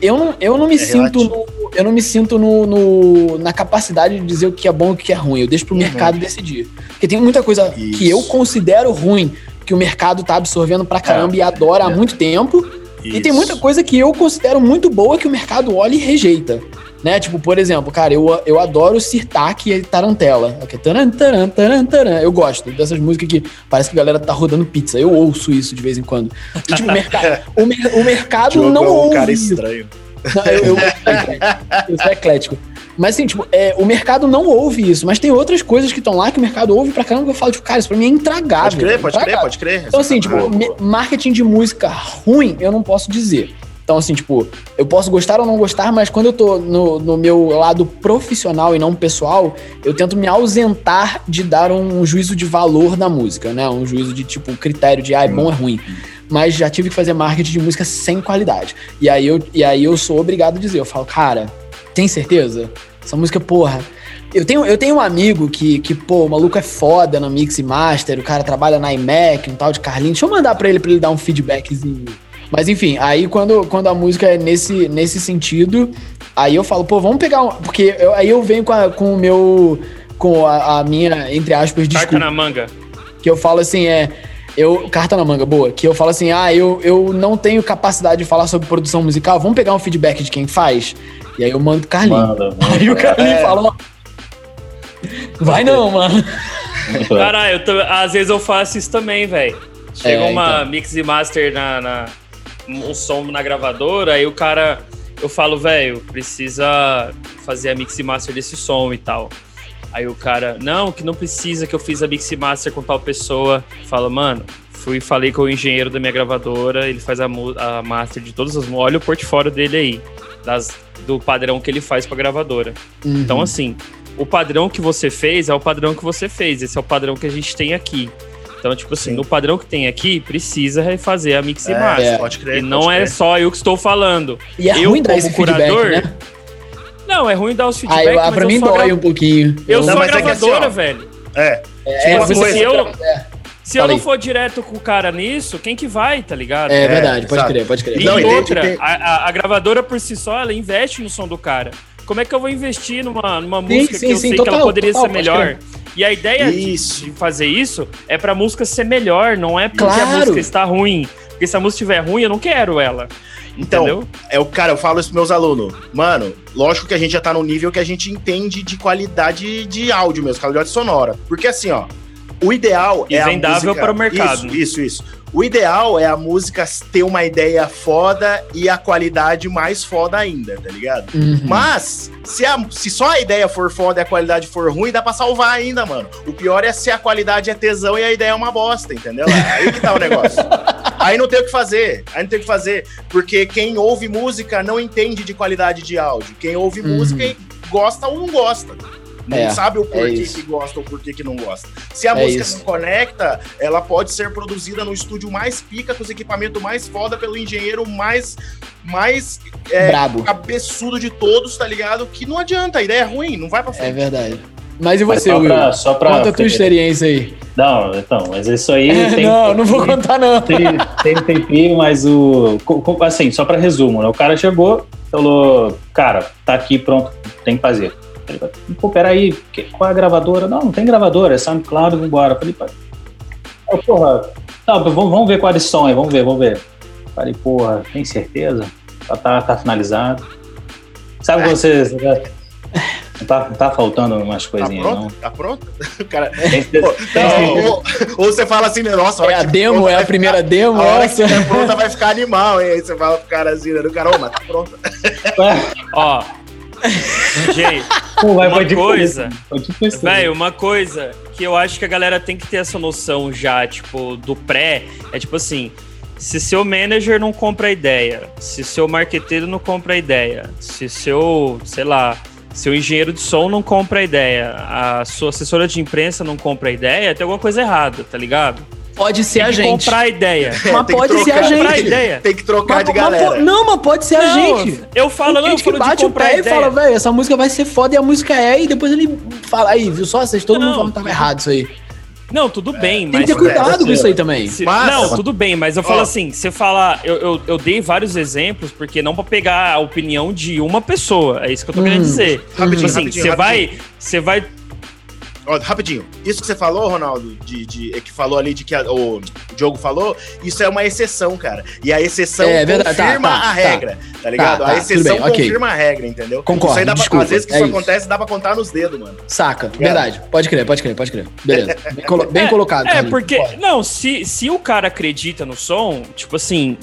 eu não, eu não me É sinto, no, eu não me sinto no, no- na capacidade de dizer o que é bom e o que é ruim. Eu deixo pro Uhum. mercado decidir. Porque tem muita coisa Isso. que eu considero ruim, que o mercado tá absorvendo pra caramba e adora há É. muito tempo. E tem Isso. muita coisa que eu considero muito boa que o mercado olha e rejeita. Né? Tipo, por exemplo, cara, eu, eu adoro Sirtac e Tarantela. Okay? Taran, taran, taran, taran. Eu gosto dessas músicas que parece que a galera tá rodando pizza. Eu ouço isso de vez em quando. E, tipo, o, merca- o, mer- o mercado Diogo não é um ouve cara isso. estranho. Não, eu, eu, eu sou eclético. Mas assim, tipo, é, o mercado não ouve isso. Mas tem outras coisas que estão lá que o mercado ouve pra caramba que eu falo, tipo, cara, isso pra mim é intragável. Pode crer, pode crer, intragável. pode crer. Então, assim, tipo, me- marketing de música ruim, eu não posso dizer. Então, assim, tipo, eu posso gostar ou não gostar, mas quando eu tô no, no meu lado profissional e não pessoal, eu tento me ausentar de dar um juízo de valor da música, né? Um juízo de, tipo, critério de, ah, é bom ou é ruim. Mas já tive que fazer marketing de música sem qualidade. E aí eu, e aí eu sou obrigado a dizer, eu falo, cara, tem certeza? Essa música, porra... Eu tenho, eu tenho um amigo que, que, pô, o maluco é foda na Mix e Master, o cara trabalha na iMac, um tal de Carlinhos. Deixa eu mandar pra ele, pra ele dar um feedbackzinho. Mas enfim, aí quando, quando a música é nesse, nesse sentido, aí eu falo, pô, vamos pegar um... Porque eu, aí eu venho com, a, com o meu... Com a, a minha, entre aspas, Carta desculpa. na manga. Que eu falo assim, é... Eu, carta na manga, boa. Que eu falo assim, ah, eu, eu não tenho capacidade de falar sobre produção musical, vamos pegar um feedback de quem faz? E aí eu mando pro Carlinhos. Manda, manda. Aí o Carlinhos É. fala, ó, vai não, mano. Caralho, eu tô- às vezes eu faço isso também, velho. Chega É, uma então. mix e master na, na- um som na gravadora, aí o cara, eu falo, velho, precisa fazer a mix e master desse som e tal. Aí o cara, não, que não precisa, que eu fiz a mix e master com tal pessoa. Fala, mano, fui e falei com o engenheiro da minha gravadora, ele faz a, mu- a master de todas as... Olha o portfólio dele aí, das, do padrão que ele faz pra gravadora. Uhum. Então, assim, o padrão que você fez é o padrão que você fez. Esse é o padrão que a gente tem aqui. Então, tipo assim, Sim. no padrão que tem aqui, precisa refazer a mix e É, master. pode crer, E pode não é crer. só eu que estou falando. E é eu, ruim dar como esse feedback, curador, né? Não, é ruim dar os Aí, feedbacks, ah, mas pra eu mim sou a dói gra- um pouquinho. Eu Não, sou a mas é que assim, gravadora, ó, velho. É. É, Tipo, você uma coisa- se eu, é, se eu Falei. não for direto com o cara nisso, quem que vai, tá ligado? é verdade, pode exato. crer, pode crer. E Não, e tem- outra, tem- a, a- a gravadora por si só, ela investe no som do cara. Como é que eu vou investir numa, numa música sim, que eu sim, sei total, que ela poderia total, ser pode melhor? E a ideia de, Isso. de fazer isso é pra música ser melhor, não é porque a Claro. música está ruim. Porque se a música estiver ruim, eu não quero ela. Então, Entendeu? é o cara, eu falo isso pros meus alunos. Mano, lógico que a gente já tá num nível que a gente entende de qualidade de áudio mesmo, qualidade sonora. Porque assim, ó, o ideal E é a vendável música... para o mercado. Isso, isso, isso. O ideal é a música ter uma ideia foda e a qualidade mais foda ainda, tá ligado? Uhum. Mas, se, a- se só a ideia for foda e a qualidade for ruim, dá pra salvar ainda, mano. O pior é se a qualidade é tesão e a ideia é uma bosta, entendeu? Aí que tá o negócio. Aí não tem o que fazer, aí não tem o que fazer. Porque quem ouve música não entende de qualidade de áudio. Quem ouve Uhum. música e gosta ou não gosta. Não É, sabe o porquê isso. que gosta ou porquê que não gosta. Se a É música isso. se conecta, ela pode ser produzida no estúdio mais pica, com os equipamentos mais foda, pelo engenheiro mais, mais é, Brabo. cabeçudo de todos, tá ligado? Que não adianta, a ideia é ruim, não vai pra É frente. verdade. Mas e Mas você, só Will? pra, só pra Conta a tua experiência aí. Não, então, mas isso aí tem. não, não vou contar, não. Tem, tem um tempinho, mas o. co- co- Assim, só pra resumo, né? O cara chegou, falou, cara, tá aqui, pronto, tem que fazer. Ele falou, pô, peraí, que- qual é a gravadora? Não, não tem gravadora, é SoundCloud, vambora. Eu falei, pá. Eu, porra, não, vamos, vamos ver qual é esse som aí, vamos ver, vamos ver. Eu falei, porra, tem certeza? Tá, tá, tá finalizado. Sabe que você. você não tá, não tá faltando umas Tá coisinhas, pronto? não. Tá pronto? O cara... Tem, tem, Pô, tem- não, ou, ou você fala assim, né, nossa, a hora É a que demo, pronta é a vai primeira ficar- demo, A hora essa. que estiver pronta vai ficar animal, hein? Aí você fala pro cara assim, né? Do cara, ô, mas tá pronta. Ó, Jay, Pô, vai, uma vai tipo coisa, isso, vai tipo isso. velho, uma coisa que eu acho que a galera tem que ter essa noção já, tipo, do pré, é tipo assim, se seu manager não compra a ideia, se seu marqueteiro não compra a ideia, se seu, sei lá, seu engenheiro de som não compra a ideia, a sua assessora de imprensa não compra a ideia, tem alguma coisa errada, tá ligado? Pode ser Tem a que gente. comprar a ideia. Mas tem que pode ser a trocar- Comprar a gente. ideia. Tem que trocar Mas- de mas galera. po- não, mas pode ser a Não, gente. eu falo, Tem não, eu gente que falo de bate o comprar a pé e ideia. fala, velho, essa música vai ser foda e a música é, e depois ele fala, aí, viu só? Vocês todo Não. mundo falando que tava errado isso aí. Não, tudo bem, Tem mas... que ter cuidado com isso aí também. Se- Mas- não, tudo bem, mas eu falo Ó. assim, você fala... Eu, eu, eu dei vários exemplos, porque não pra pegar a opinião de uma pessoa, é isso que eu tô Hum. querendo dizer. Rapidinho, Tipo assim, rapidinho, você rapidinho. vai... Você vai... Ó, rapidinho, isso que você falou, Ronaldo, de, de, que falou ali, de que a- o Diogo falou, isso é uma exceção, cara. E a exceção É, verdade, tá, confirma tá, a tá. regra, tá ligado? Tá, tá, a exceção tudo bem, ok. confirma a regra, entendeu? Concordo, Isso aí dá pra, desculpa, às vezes que é isso, isso. acontece, dá pra contar nos dedos, mano. Saca, verdade. Pode crer, pode crer, pode crer. Beleza. Bem, colo- bem É, colocado. É, Carlinhos. porque... Pode. Não, se, se o cara acredita no som, tipo assim...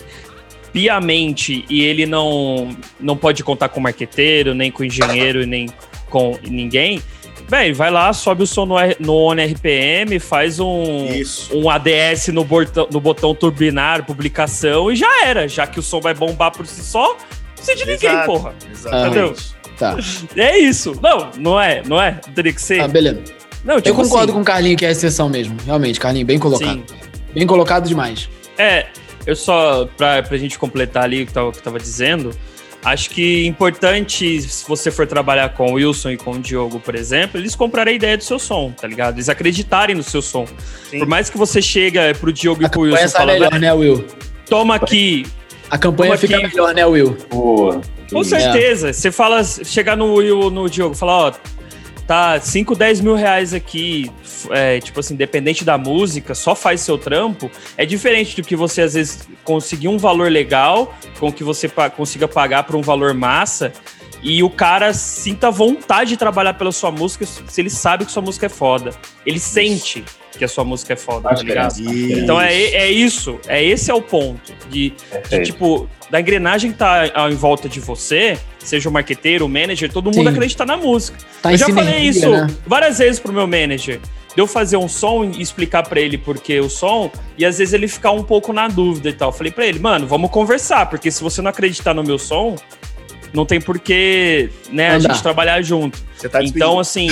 piamente e ele não, não pode contar com marqueteiro, nem com engenheiro, nem com ninguém, velho, vai lá, sobe o som no, R- no ONI R P M, faz um, Isso. um A D S no botão, no botão turbinar, publicação e já era, já que o som vai bombar por si só, não precisa de ninguém, Exato, porra. Exatamente. Entendeu? Tá. É isso. Não, não é, não é? Teria que ser. Ah, beleza. Não, Eu tipo concordo assim, com o Carlinhos que é a exceção mesmo. Realmente, Carlinhos, bem colocado. sim. Bem colocado demais. É, eu só, pra, pra gente completar ali o que eu tava, que eu tava dizendo, acho que importante, se você for trabalhar com o Wilson e com o Diogo, por exemplo, eles comprarem a ideia do seu som, tá ligado? Eles acreditarem no seu som. Sim. Por mais que você chega pro Diogo A e pro campanha Wilson sai falando, melhor, né, Will? toma aqui, A campanha Toma fica aqui. melhor, né, Will? Pô, que com isso. certeza. Você fala, chegar no Will, no Diogo, falar, ó, tá cinco, dez mil reais aqui, é, tipo assim, independente da música, só faz seu trampo, é diferente do que você, às vezes, conseguir um valor legal, com que você pa- consiga pagar por um valor massa, e o cara sinta vontade de trabalhar pela sua música se ele sabe que sua música é foda. Ele sente que a sua música é foda, tá Faz ligado? diferença. Isso. Então é, é isso, é esse é o ponto. De, de, Perfeito. tipo, da engrenagem que tá ao- em volta de você, seja o marqueteiro, o manager, todo mundo Sim. acredita na música. Tá eu em já falei sinergia, isso né? várias vezes pro meu manager. De eu fazer um som e explicar pra ele por que o som, e às vezes ele ficar um pouco na dúvida e tal. Eu falei pra ele, mano, vamos conversar, porque se você não acreditar no meu som, não tem por que, né, a Andar. gente trabalhar junto. Você tá Então, assim.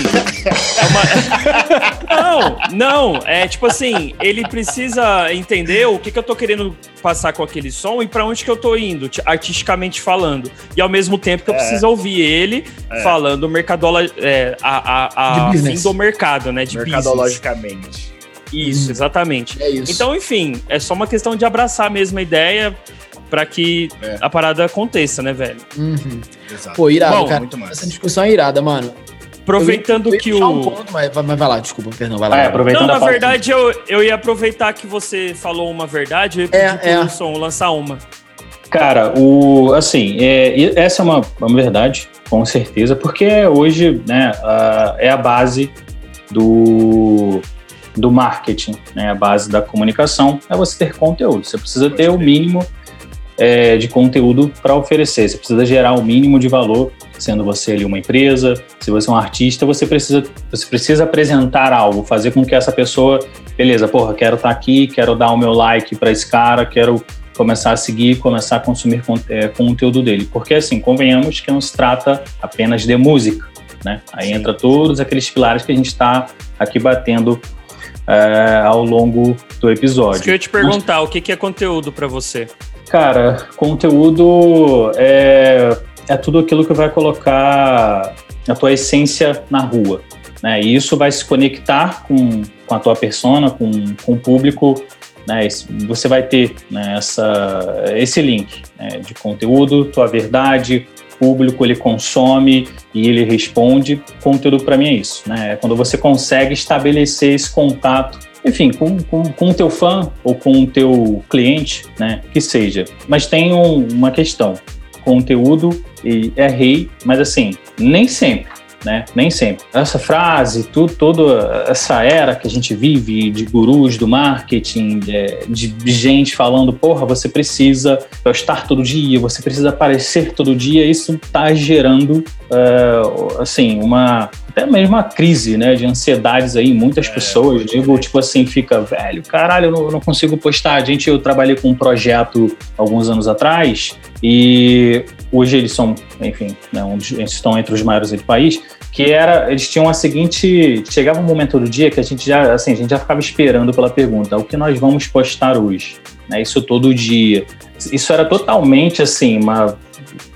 é uma- não, não. É tipo assim, ele precisa entender o que, que eu tô querendo passar com aquele som e pra onde que eu tô indo, ti- artisticamente falando. E ao mesmo tempo que eu É. preciso ouvir ele falando mercadola, é, a, a, a De fim business. do mercado, né? De business. Mercadologicamente. Isso, Hum. exatamente. É isso. Então, enfim, é só uma questão de abraçar a mesma ideia pra que É. a parada aconteça, né, velho? Uhum. Exato. Pô, irado, Bom, cara. muito massa. Essa discussão é irada, mano. Aproveitando Eu ia- eu ia que puxar o. um ponto, mas, vai- mas vai lá, desculpa, perdão, vai lá. Ah, é, vai lá. aproveitando Não, a na pauta. verdade, eu, eu ia aproveitar que você falou uma verdade, eu ia pedir É, pro é. Wilson lançar uma. Cara, o, assim, é, e essa é uma, uma verdade, com certeza, porque hoje, né, a- é a base do, do marketing, né, a base da comunicação é você ter conteúdo. Você precisa ter o mínimo é, de conteúdo para oferecer, você precisa gerar o mínimo de valor, sendo você ali uma empresa, se você é um artista, você precisa, você precisa apresentar algo, fazer com que essa pessoa, beleza, porra, quero estar aqui, quero dar o meu like para esse cara, quero começar a seguir, começar a consumir con- é, conteúdo dele. Porque, assim, convenhamos que não se trata apenas de música, né? Aí Sim. entra todos aqueles pilares que a gente está aqui batendo é, ao longo do episódio. Isso que eu ia te perguntar, o que que é conteúdo pra você? Cara, conteúdo é, é tudo aquilo que vai colocar a tua essência na rua, né? E isso vai se conectar com, com a tua persona, com, com o público, né? Esse- Você vai ter, né, essa, esse link, né, de conteúdo, tua verdade, público, ele consome e ele responde. Conteúdo para mim é isso, né? É quando você consegue estabelecer esse contato, enfim, com, com, com o teu fã ou com o teu cliente, né? Que seja. Mas tem um- uma questão. Conteúdo e é rei, mas assim, nem sempre, né? Nem sempre. Essa frase, tudo, toda essa era que a gente vive de gurus do marketing, de, de gente falando, porra, você precisa postar todo dia, você precisa aparecer todo dia, isso tá gerando, é, assim, uma até mesmo uma crise, né, de ansiedades aí, muitas É, pessoas, pode digo, crer. tipo assim, fica, velho, caralho, eu não, eu não consigo postar. A gente, eu trabalhei com um projeto alguns anos atrás e hoje eles são, enfim, né, um dos- eles estão entre os maiores do país, que era, eles tinham a seguinte, chegava um momento do dia que a gente já, assim, a gente já ficava esperando pela pergunta, o que nós vamos postar hoje? Né, isso todo dia. Isso era totalmente, assim, uma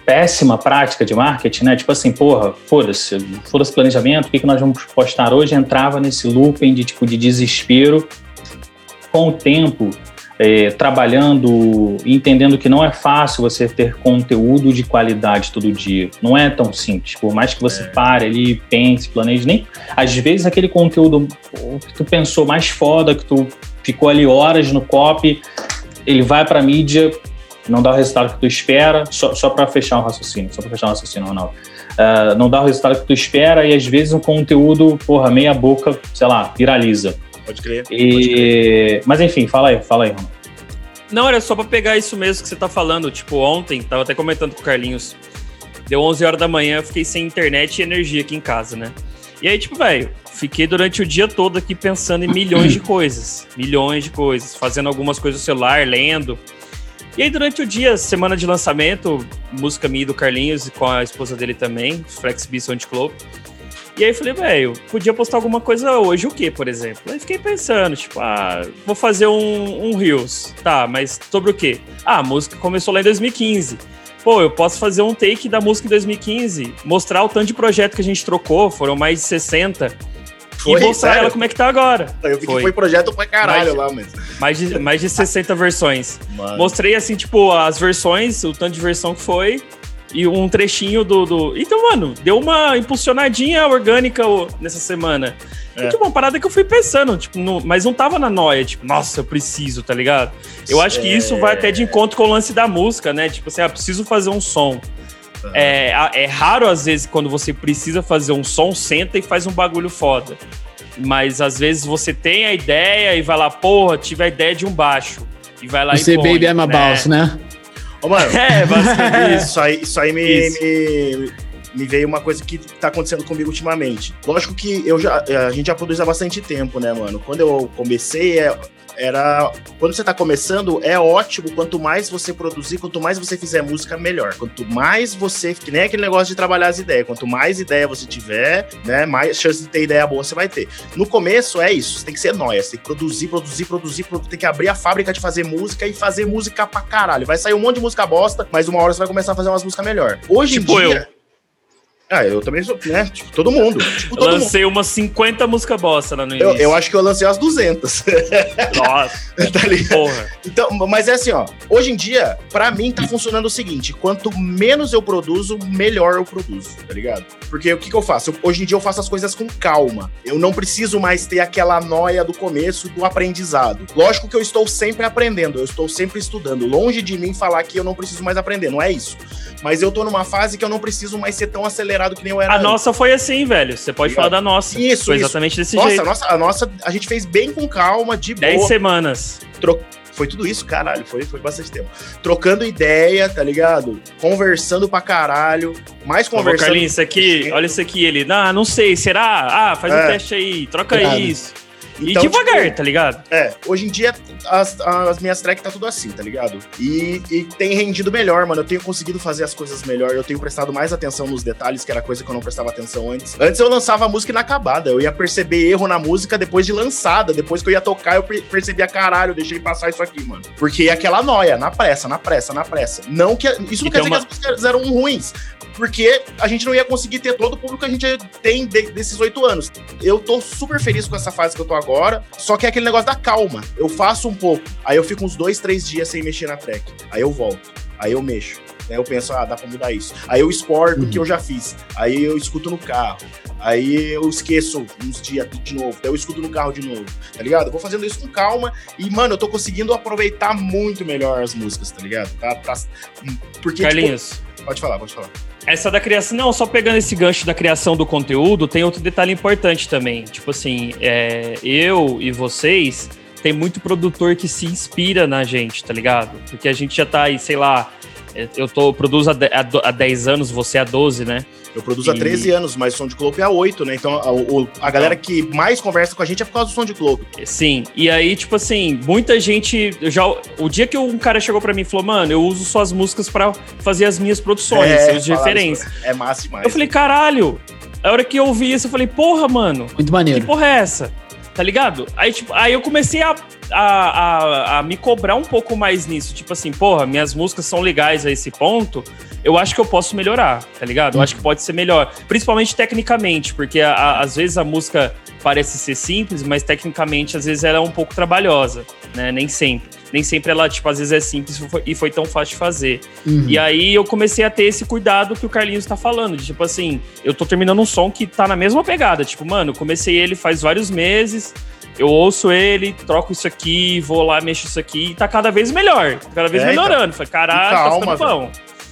péssima prática de marketing, né? Tipo assim, porra, foda-se, foda-se planejamento, o que, que nós vamos postar hoje? Entrava nesse looping de, tipo, de desespero. Com o tempo, é, trabalhando, entendendo que não é fácil você ter conteúdo de qualidade todo dia. Não é tão simples. Por mais que você é. pare ali, pense, planeje, nem... Às vezes aquele conteúdo que tu pensou mais foda, que tu ficou ali horas no copy, ele vai pra mídia, não dá o resultado que tu espera, só, só para fechar um raciocínio, só para fechar um raciocínio, Ronaldo. Uh, não dá o resultado que tu espera e às vezes um conteúdo, porra, meia boca, sei lá, viraliza. Pode crer. E... Pode crer. Mas enfim, fala aí, fala aí, Ronaldo. Não, era só pra pegar isso mesmo que você tá falando. Tipo, ontem, tava até comentando com o Carlinhos, deu onze horas da manhã, eu fiquei sem internet e energia aqui em casa, né? E aí, tipo, velho, fiquei durante o dia todo aqui pensando em milhões de coisas. Milhões de coisas. Fazendo algumas coisas no celular, lendo. E aí, durante o dia, semana de lançamento, música minha e do Carlinhos, e com a esposa dele também, Flex B Sound Club. E aí eu falei, velho, podia postar alguma coisa hoje, o quê, por exemplo? Aí fiquei pensando, tipo, ah, vou fazer um, um Reels. Tá, mas sobre o quê? Ah, a música começou lá em dois mil e quinze. Pô, eu posso fazer um take da música em dois mil e quinze, mostrar o tanto de projeto que a gente trocou, foram mais de sessenta, foi, e mostrar sério? Ela como é que tá agora. Eu vi foi. que foi projeto pra caralho mais, lá mesmo. Mais de, mais de sessenta versões. Mano. Mostrei, assim, tipo, as versões, o tanto de versão que foi, e um trechinho do, do... Então, mano, deu uma impulsionadinha orgânica nessa semana. É. Tipo, uma parada que eu fui pensando, tipo, no, mas não tava na noia, tipo, nossa, eu preciso, tá ligado? Eu acho que isso vai até de encontro com o lance da música, né? Tipo assim, ah, preciso fazer um som. Uhum. É, é raro, às vezes, quando você precisa fazer um som, senta e faz um bagulho foda. Mas, às vezes, você tem a ideia e vai lá, porra, tive a ideia de um baixo. E vai lá você e põe, baby I'm a boss, né? Ô, mano, é, basicamente isso. Isso aí, isso aí me, isso. me, me veio uma coisa que tá acontecendo comigo ultimamente. Lógico que eu já, a gente já produz há bastante tempo, né, mano? Quando eu comecei, era... Quando você tá começando, é ótimo. Quanto mais você produzir, quanto mais você fizer música, melhor. Quanto mais você... Que nem aquele negócio de trabalhar as ideias. Quanto mais ideia você tiver, né, mais chance de ter ideia boa você vai ter. No começo, é isso. Você tem que ser nóia. Você tem que produzir, produzir, produzir, produzir. Tem que abrir a fábrica de fazer música e fazer música pra caralho. Vai sair um monte de música bosta, mas uma hora você vai começar a fazer umas músicas melhor. Hoje tipo em dia... Eu. Ah, eu também sou, né? Tipo, todo mundo. Tipo, todo lancei mundo. umas cinquenta músicas bosta lá no início. Eu, eu acho que eu lancei umas duzentas. Nossa, tá ligado? Porra. Então, mas é assim, ó. Hoje em dia, pra mim, tá funcionando o seguinte. Quanto menos eu produzo, melhor eu produzo, tá ligado? Porque o que que eu faço? Eu, hoje em dia eu faço as coisas com calma. Eu não preciso mais ter aquela noia do começo do aprendizado. Lógico que eu estou sempre aprendendo. Eu estou sempre estudando. Longe de mim falar que eu não preciso mais aprender. Não é isso. Mas eu tô numa fase que eu não preciso mais ser tão acelerado que nem eu era A antes. nossa foi assim, velho. Você pode falar da nossa. Isso, Foi isso. exatamente desse nossa, jeito. A nossa, a nossa, a gente fez bem com calma, de boa. Dez semanas. Tro... Foi tudo isso, caralho. Foi, foi bastante tempo. Trocando ideia, tá ligado? Conversando pra caralho. Mais conversando. Ô, Carlinhos, isso aqui, olha isso aqui. Ele, ah, não sei, será? Ah, faz é. um teste aí, troca claro. isso. Então, e devagar, tipo, tá ligado? É, hoje em dia as, as minhas tracks tá tudo assim, tá ligado? E, e tem rendido melhor, mano. Eu tenho conseguido fazer as coisas melhor. Eu tenho prestado mais atenção nos detalhes, que era coisa que eu não prestava atenção antes. Antes eu lançava a música inacabada. Eu ia perceber erro na música depois de lançada. Depois que eu ia tocar, eu percebia, caralho, deixei passar isso aqui, mano. Porque é aquela noia, na pressa, na pressa, na pressa. Não que, isso não quer dizer uma... que as músicas eram ruins. Porque a gente não ia conseguir ter todo o público que a gente tem de, desses oito anos. Eu tô super feliz com essa fase que eu tô agora, só que é aquele negócio da calma. Eu faço um pouco, aí eu fico uns dois, três dias sem mexer na track. Aí eu volto, aí eu mexo. Aí eu penso, ah, dá pra mudar isso. Aí eu exporto o uhum. que eu já fiz. Aí eu escuto no carro. Aí eu esqueço uns dias de novo. Daí eu escuto no carro de novo, tá ligado? Eu vou fazendo isso com calma e, mano, eu tô conseguindo aproveitar muito melhor as músicas, tá ligado? Tá, tá... Porque, Carlinhos... Tipo... Pode falar, pode falar. Essa da criação, não, só pegando esse gancho da criação do conteúdo, tem outro detalhe importante também. Tipo assim, é, eu e vocês, tem muito produtor que se inspira na gente, tá ligado? Porque a gente já tá aí, sei lá, eu tô, produzo há dez anos, você há doze, né? Eu produzo e... há treze anos, mas o SoundCloud é há oito, né? Então a, a, a galera que mais conversa com a gente é por causa do SoundCloud. Sim, e aí, tipo assim, muita gente... Já, o dia que um cara chegou pra mim e falou, mano, eu uso suas músicas pra fazer as minhas produções, é, seus de referência. Isso, é massa demais. Eu falei, caralho, a hora que eu ouvi isso, eu falei, porra, mano. Muito maneiro. Que porra é essa? Tá ligado? Aí, tipo, aí eu comecei a a, a, a me cobrar um pouco mais nisso. Tipo assim, porra, minhas músicas são legais a esse ponto, eu acho que eu posso melhorar, tá ligado? Eu acho que pode ser melhor. Principalmente tecnicamente, porque a, a, às vezes a música parece ser simples, mas tecnicamente às vezes ela é um pouco trabalhosa, né? Nem sempre. Nem sempre ela, tipo, às vezes é simples e foi tão fácil de fazer. Uhum. E aí eu comecei a ter esse cuidado que o Carlinhos tá falando. De, tipo assim, eu tô terminando um som que tá na mesma pegada. Tipo, mano, eu comecei ele faz vários meses, eu ouço ele, troco isso aqui, vou lá, mexo isso aqui e tá cada vez melhor. Tá cada vez é, melhorando. Falei, caralho, tá ficando bom.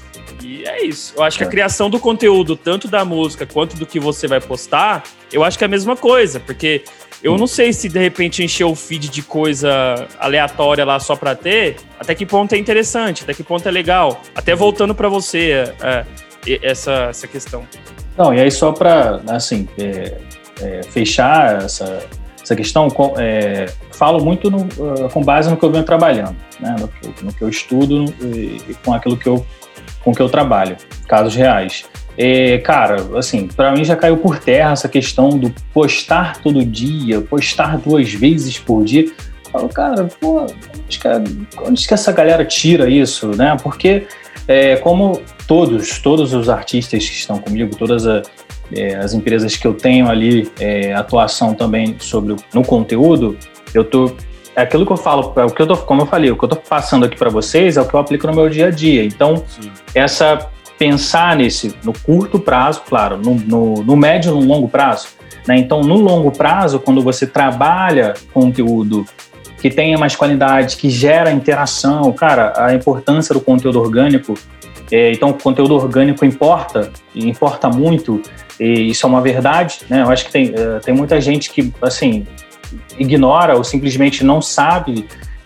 E é isso. Eu acho que a criação do conteúdo, tanto da música quanto do que você vai postar, eu acho que é a mesma coisa. Porque eu não sei se de repente encher o feed de coisa aleatória lá só pra ter, até que ponto é interessante, até que ponto é legal. Até voltando pra você, é, essa, essa questão. Não, e aí só pra, assim, é, é, fechar essa, essa questão, é, falo muito no, uh, com base no que eu venho trabalhando, né, no, que, no que eu estudo e, e com aquilo que eu, com que eu trabalho, casos reais. É, cara, assim, pra mim já caiu por terra essa questão do postar todo dia, postar duas vezes por dia. Eu falo, cara, pô, onde que, onde que essa galera tira isso, né? Porque, é, como todos, todos os artistas que estão comigo, todas a, é, as empresas que eu tenho ali, é, atuação também sobre o, no conteúdo, eu tô... É aquilo que eu falo, é o que eu tô, como eu falei, o que eu tô passando aqui para vocês é o que eu aplico no meu dia a dia. Então, sim, essa... pensar nesse, no curto prazo, claro, no, no, no médio e no longo prazo, né? Então, no longo prazo, quando você trabalha conteúdo que tenha mais qualidade, que gera interação, cara, a importância do conteúdo orgânico, é, então, o conteúdo orgânico importa, e importa muito, e isso é uma verdade, né? Eu acho que tem, é, tem muita gente que, assim, ignora ou simplesmente não sabe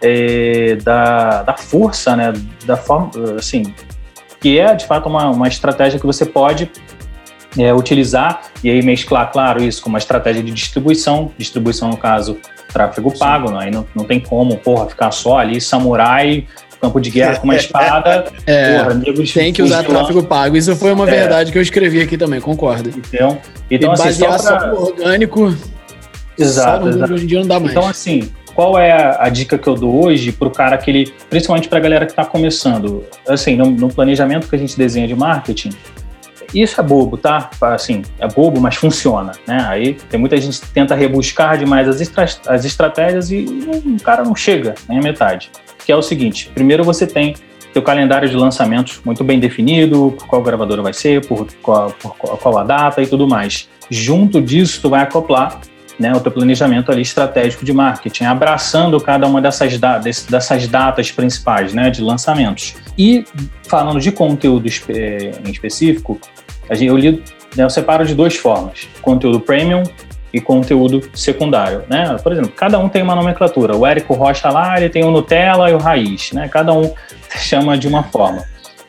é, da, da força, né? Da forma, assim... que é, de fato, uma, uma estratégia que você pode é, utilizar e aí mesclar, claro, isso com uma estratégia de distribuição, distribuição, no caso, tráfego pago, né? Aí não, não tem como, porra, ficar só ali, samurai, campo de guerra com uma espada, é, porra, negros... Tem que usar tráfego pago, isso foi uma é. verdade que eu escrevi aqui também, concordo. Então, então e assim, basear só, pra... só no orgânico, exato, só no exato. Hoje em dia não dá mais. Então, assim... Qual é a, a dica que eu dou hoje pro cara que ele, principalmente pra galera que tá começando? Assim, no, no planejamento que a gente desenha de marketing, isso é bobo, tá? Assim, é bobo, mas funciona, né? Aí tem muita gente que tenta rebuscar demais as, estra- as estratégias e o cara não chega nem a metade. Que é o seguinte, primeiro você tem teu calendário de lançamentos muito bem definido, por qual gravadora vai ser, por qual, por qual a data e tudo mais. Junto disso, tu vai acoplar, né, o teu planejamento ali estratégico de marketing, abraçando cada uma dessas, da- dessas datas principais, né, de lançamentos. E falando de conteúdo espe- em específico, a gente, eu, li, né, eu separo de duas formas, conteúdo premium e conteúdo secundário, né? Por exemplo, cada um tem uma nomenclatura. O Érico Rocha lá, ele tem o Nutella e o Raiz, né? Cada um chama de uma forma.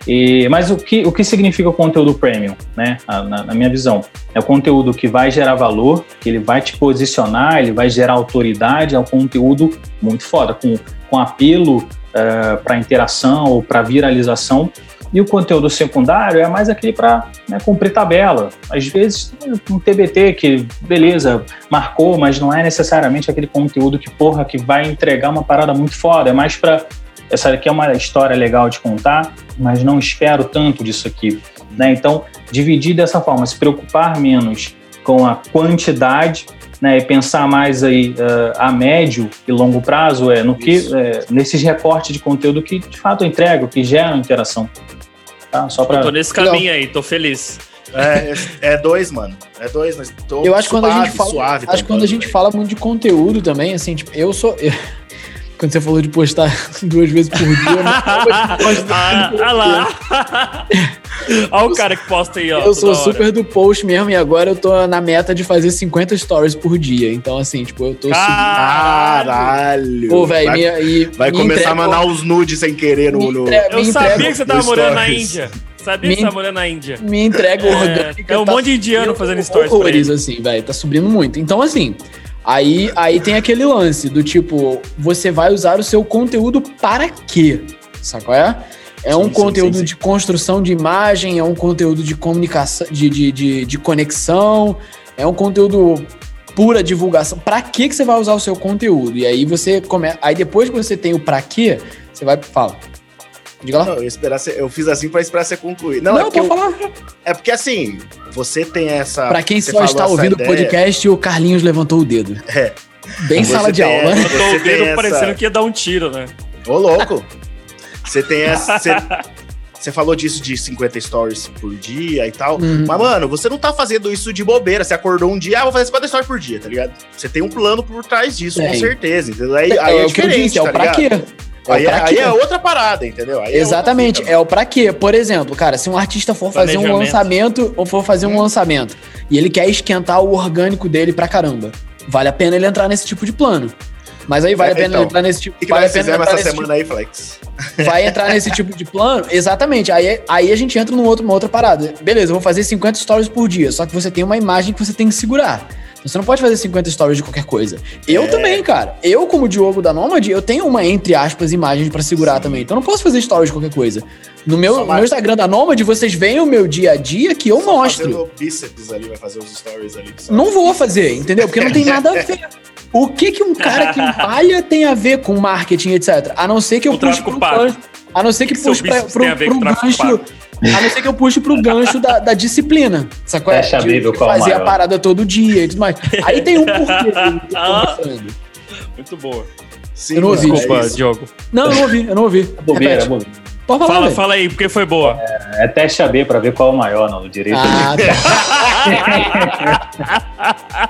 E, mas o que, o que significa o conteúdo premium, né? Na, na minha visão, é o conteúdo que vai gerar valor, que ele vai te posicionar, ele vai gerar autoridade, é um conteúdo muito foda, com, com apelo uh, para interação ou para viralização. E o conteúdo secundário é mais aquele para, né, cumprir tabela. Às vezes, um T B T que, beleza, marcou, mas não é necessariamente aquele conteúdo que, porra, que vai entregar uma parada muito foda. É mais para... Essa aqui é uma história legal de contar, mas não espero tanto disso aqui, né? Então, dividir dessa forma, se preocupar menos com a quantidade, né, e pensar mais aí uh, a médio e longo prazo é no que, é, nesses recortes de conteúdo que de fato entregam, que geram interação. Tá? Só pra... Eu tô nesse caminho aí, tô feliz. É, é dois, mano. É dois, mas tô eu acho que suave, quando a gente fala, suave. acho que quando a gente fala muito de conteúdo também, assim, tipo, eu sou... Eu... Quando você falou de postar duas vezes por dia... eu não ah, ah lá! Olha o cara que posta aí, ó. Eu sou super do post mesmo e agora eu tô na meta de fazer cinquenta stories por dia. Então, assim, tipo, eu tô... Caralho! Pô, velho, vai, me, e, vai me começar entrego, a mandar os nudes sem querer no... no eu sabia entrego, que você tava morando na stories. Índia. Sabia Me, que você tava morando na Índia. Me entrega é, orgânica. É um tá monte de indiano fazendo stories pra ele. assim, velho. Tá subindo muito. Então, assim... Aí, aí tem aquele lance do tipo, você vai usar o seu conteúdo para quê? Sabe qual é? É um sim, conteúdo sim, sim, sim. de construção de imagem, é um conteúdo de comunicação, de, de, de, de conexão, é um conteúdo pura divulgação. Pra que que você vai usar o seu conteúdo? E aí você começa. Aí depois que você tem o pra quê, você vai. Fala. Diga lá. Não, eu, ia esperar você, eu fiz assim pra esperar você concluir. Não, Não, é porque pode eu, falar. é porque assim, você tem essa. Pra quem você só falou está essa ouvindo o ideia, podcast, o Carlinhos levantou o dedo. É. Bem Você sala de tem aula. essa- Eu tô Você tem ouvindo essa- parecendo que ia dar um tiro, né? Ô, louco! Você tem essa. Você, você falou disso de cinquenta stories por dia e tal. Uhum. Mas, mano, você não tá fazendo isso de bobeira. Você acordou um dia, ah, vou fazer cinquenta stories por dia, tá ligado? Você tem um plano por trás disso, Tem. com certeza. Entendeu? Aí, É, aí é, o que eu diferente, disse, é o tá pra ligado? quê? É o Aí, pra aí quê? é outra parada, entendeu? Aí é Exatamente, outra é o pra quê? Por exemplo, cara, se um artista for fazer um Planejamento. lançamento ou for fazer um Hum. lançamento e ele quer esquentar o orgânico dele pra caramba, vale a pena ele entrar nesse tipo de plano. Mas aí vale É, a pena então, ele entrar nesse tipo, O que, que vale nós a pena fizemos entrar essa nesse semana aí, Flex? tipo- vai entrar nesse tipo de plano? Exatamente. Aí, aí a gente entra numa outra, uma outra parada. Beleza, eu vou fazer cinquenta stories por dia, só que você tem uma imagem que você tem que segurar. Então você não pode fazer cinquenta stories de qualquer coisa. Eu É. também, cara. Eu, como Diogo da Nômade, eu tenho uma, entre aspas, imagem pra segurar Sim. também. Então eu não posso fazer stories de qualquer coisa. No meu, Só no vai- meu Instagram da Nômade, vocês veem o meu dia a dia que eu Só mostro. fazendo bíceps ali, vai fazer os stories ali. só. Não vou fazer, entendeu? Porque não tem nada a ver. O que que um cara que malha tem a ver com marketing, etcétera? A não ser que eu O puxe tráfico pro pago. gancho. A não ser que O que seu puxe pra, bíceps pro, tem a ver com pro tráfico gancho. pago? A não ser que eu puxe pro gancho da, da disciplina. Sacou? É, Fecha de, nível de qual fazer maior. a parada todo dia e tudo mais. Aí tem um porquê que eu tô Ah. mostrando. Muito boa. Sim, Eu não ouvi. mano, é Desculpa, isso. Diogo. Não, eu não ouvi, eu não ouvi. Bobeira, Repete. bobeira. Pode falar, Fala, velho. fala aí, porque foi boa. É teste A B pra ver qual é o maior, não, do direito. Ah, tá.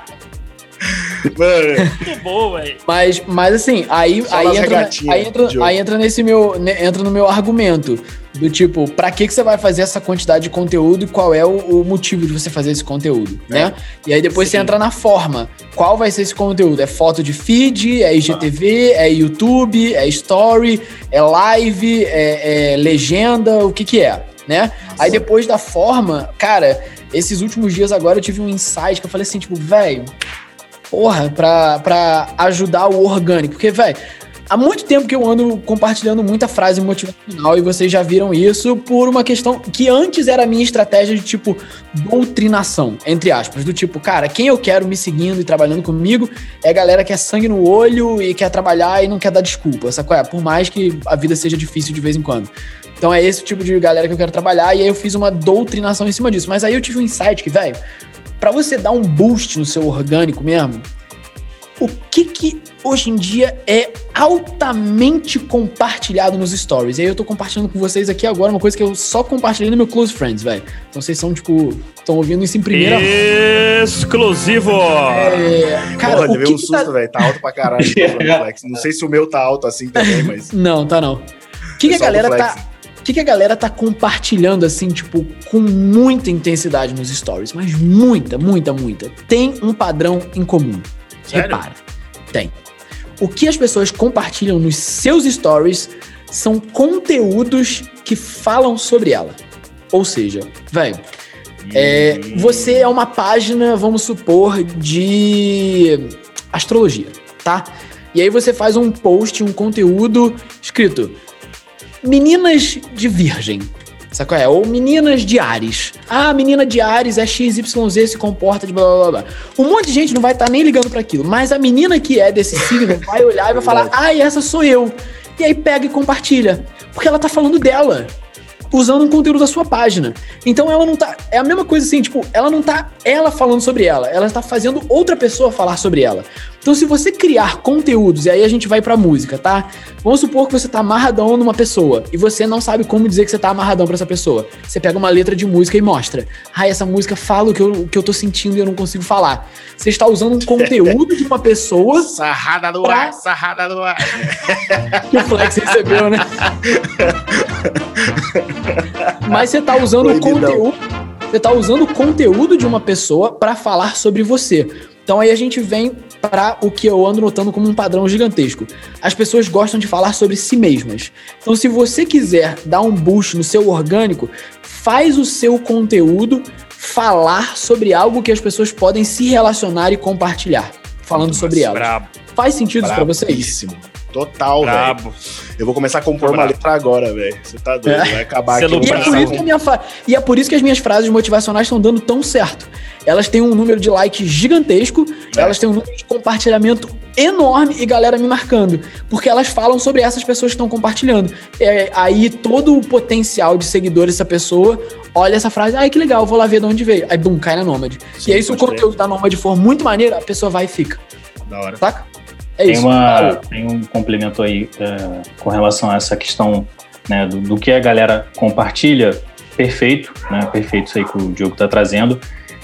Mano, Muito bom, velho. Mas, mas assim, aí, Só aí, nas entra, regatinhas, aí, entra, Diogo. aí entra nesse meu, ne- entra no meu argumento do tipo, pra que que você vai fazer essa quantidade de conteúdo e qual é o, o motivo de você fazer esse conteúdo, né? E aí depois você Sim. entra na forma. Qual vai ser esse conteúdo? É foto de feed, é I G T V, é YouTube, é story, é live, é, é legenda, o que que é, né? Aí depois da forma, cara, esses últimos dias agora eu tive um insight que eu falei assim, tipo, velho, porra, pra, pra ajudar o orgânico. Porque, velho, há muito tempo que eu ando compartilhando muita frase motivacional e vocês já viram isso por uma questão que antes era a minha estratégia de, tipo, doutrinação, entre aspas. Do tipo, cara, quem eu quero me seguindo e trabalhando comigo é a galera que é sangue no olho e quer trabalhar e não quer dar desculpa, sacou? É, por mais que a vida seja difícil de vez em quando. Então é esse tipo de galera que eu quero trabalhar e aí eu fiz uma doutrinação em cima disso. Mas aí eu tive um insight que, velho, pra você dar um boost no seu orgânico mesmo, o que que hoje em dia é altamente compartilhado nos stories? E aí eu tô compartilhando com vocês aqui agora uma coisa que eu só compartilhei no meu Close Friends, velho. Então vocês são, tipo, estão ouvindo isso em primeira mão. Exclusivo! É, cara, porra, o levei que um que susto, tá... velho. Tá alto pra caralho. Flex. Não sei se o meu tá alto assim também, mas. Não, tá não. O que, que a É só do galera Flex. tá... O que, que a galera tá compartilhando, assim, tipo, com muita intensidade nos stories? Mas muita, muita, muita. Tem um padrão em comum. Sério? Repara. Tem. O que as pessoas compartilham nos seus stories são conteúdos que falam sobre ela. Ou seja, velho, é, você é uma página, vamos supor, de astrologia, tá? E aí você faz um post, um conteúdo escrito Meninas de Virgem, sacou? É? Ou Meninas de Áries. Ah, menina de Áries é X Y Z, se comporta de blá blá blá. Um monte de gente não vai estar nem ligando pra aquilo, mas a menina que é desse signo vai olhar e vai falar, ai, essa sou eu. E aí pega e compartilha, porque ela tá falando dela, usando um conteúdo da sua página. Então ela não tá... É a mesma coisa assim, tipo, ela não tá ela falando sobre ela, ela tá fazendo outra pessoa falar sobre ela. Então se você criar conteúdos, e aí a gente vai pra música, tá? Vamos supor que você tá amarradão numa pessoa, e você não sabe como dizer que você tá amarradão pra essa pessoa. Você pega uma letra de música e mostra. Ah, essa música fala o que eu, o que eu tô sentindo e eu não consigo falar. Você está usando um conteúdo de uma pessoa Sarrada no Pra- ar, sarrada no ar. que o Flex recebeu, né? Mas você tá usando o Proibidão. conteúdo, você tá usando o conteúdo de uma pessoa pra falar sobre você. Então aí a gente vem pra o que eu ando notando como um padrão gigantesco. As pessoas gostam de falar sobre si mesmas. Então se você quiser dar um boost no seu orgânico, faz o seu conteúdo falar sobre algo que as pessoas podem se relacionar e compartilhar, falando sobre ela. Brabo. Faz sentido isso pra vocês? Brabíssimo. Total, velho. Brabo. Eu vou começar a compor uma Brabo. letra agora, velho. Você tá doido, vai acabar Você aqui. não eu vou E é, precisa por começar isso que a minha fa- e é por isso que as minhas frases motivacionais estão dando tão certo. Elas têm um número de likes gigantesco, É. elas têm um número de compartilhamento enorme e galera me marcando. Porque elas falam sobre essas pessoas que estão compartilhando. É, aí todo o potencial de seguidores dessa pessoa olha essa frase, ai que legal, vou lá ver de onde veio. Aí, bum, cai na Nômade. Sim, E aí, se o pode conteúdo da Nômade for muito maneiro, a pessoa vai e fica. Da hora. Saca? É Tem, isso. uma, tem um complemento aí é, com relação a essa questão, né, do, do que a galera compartilha. Perfeito, né? Perfeito isso aí que o Diogo tá trazendo.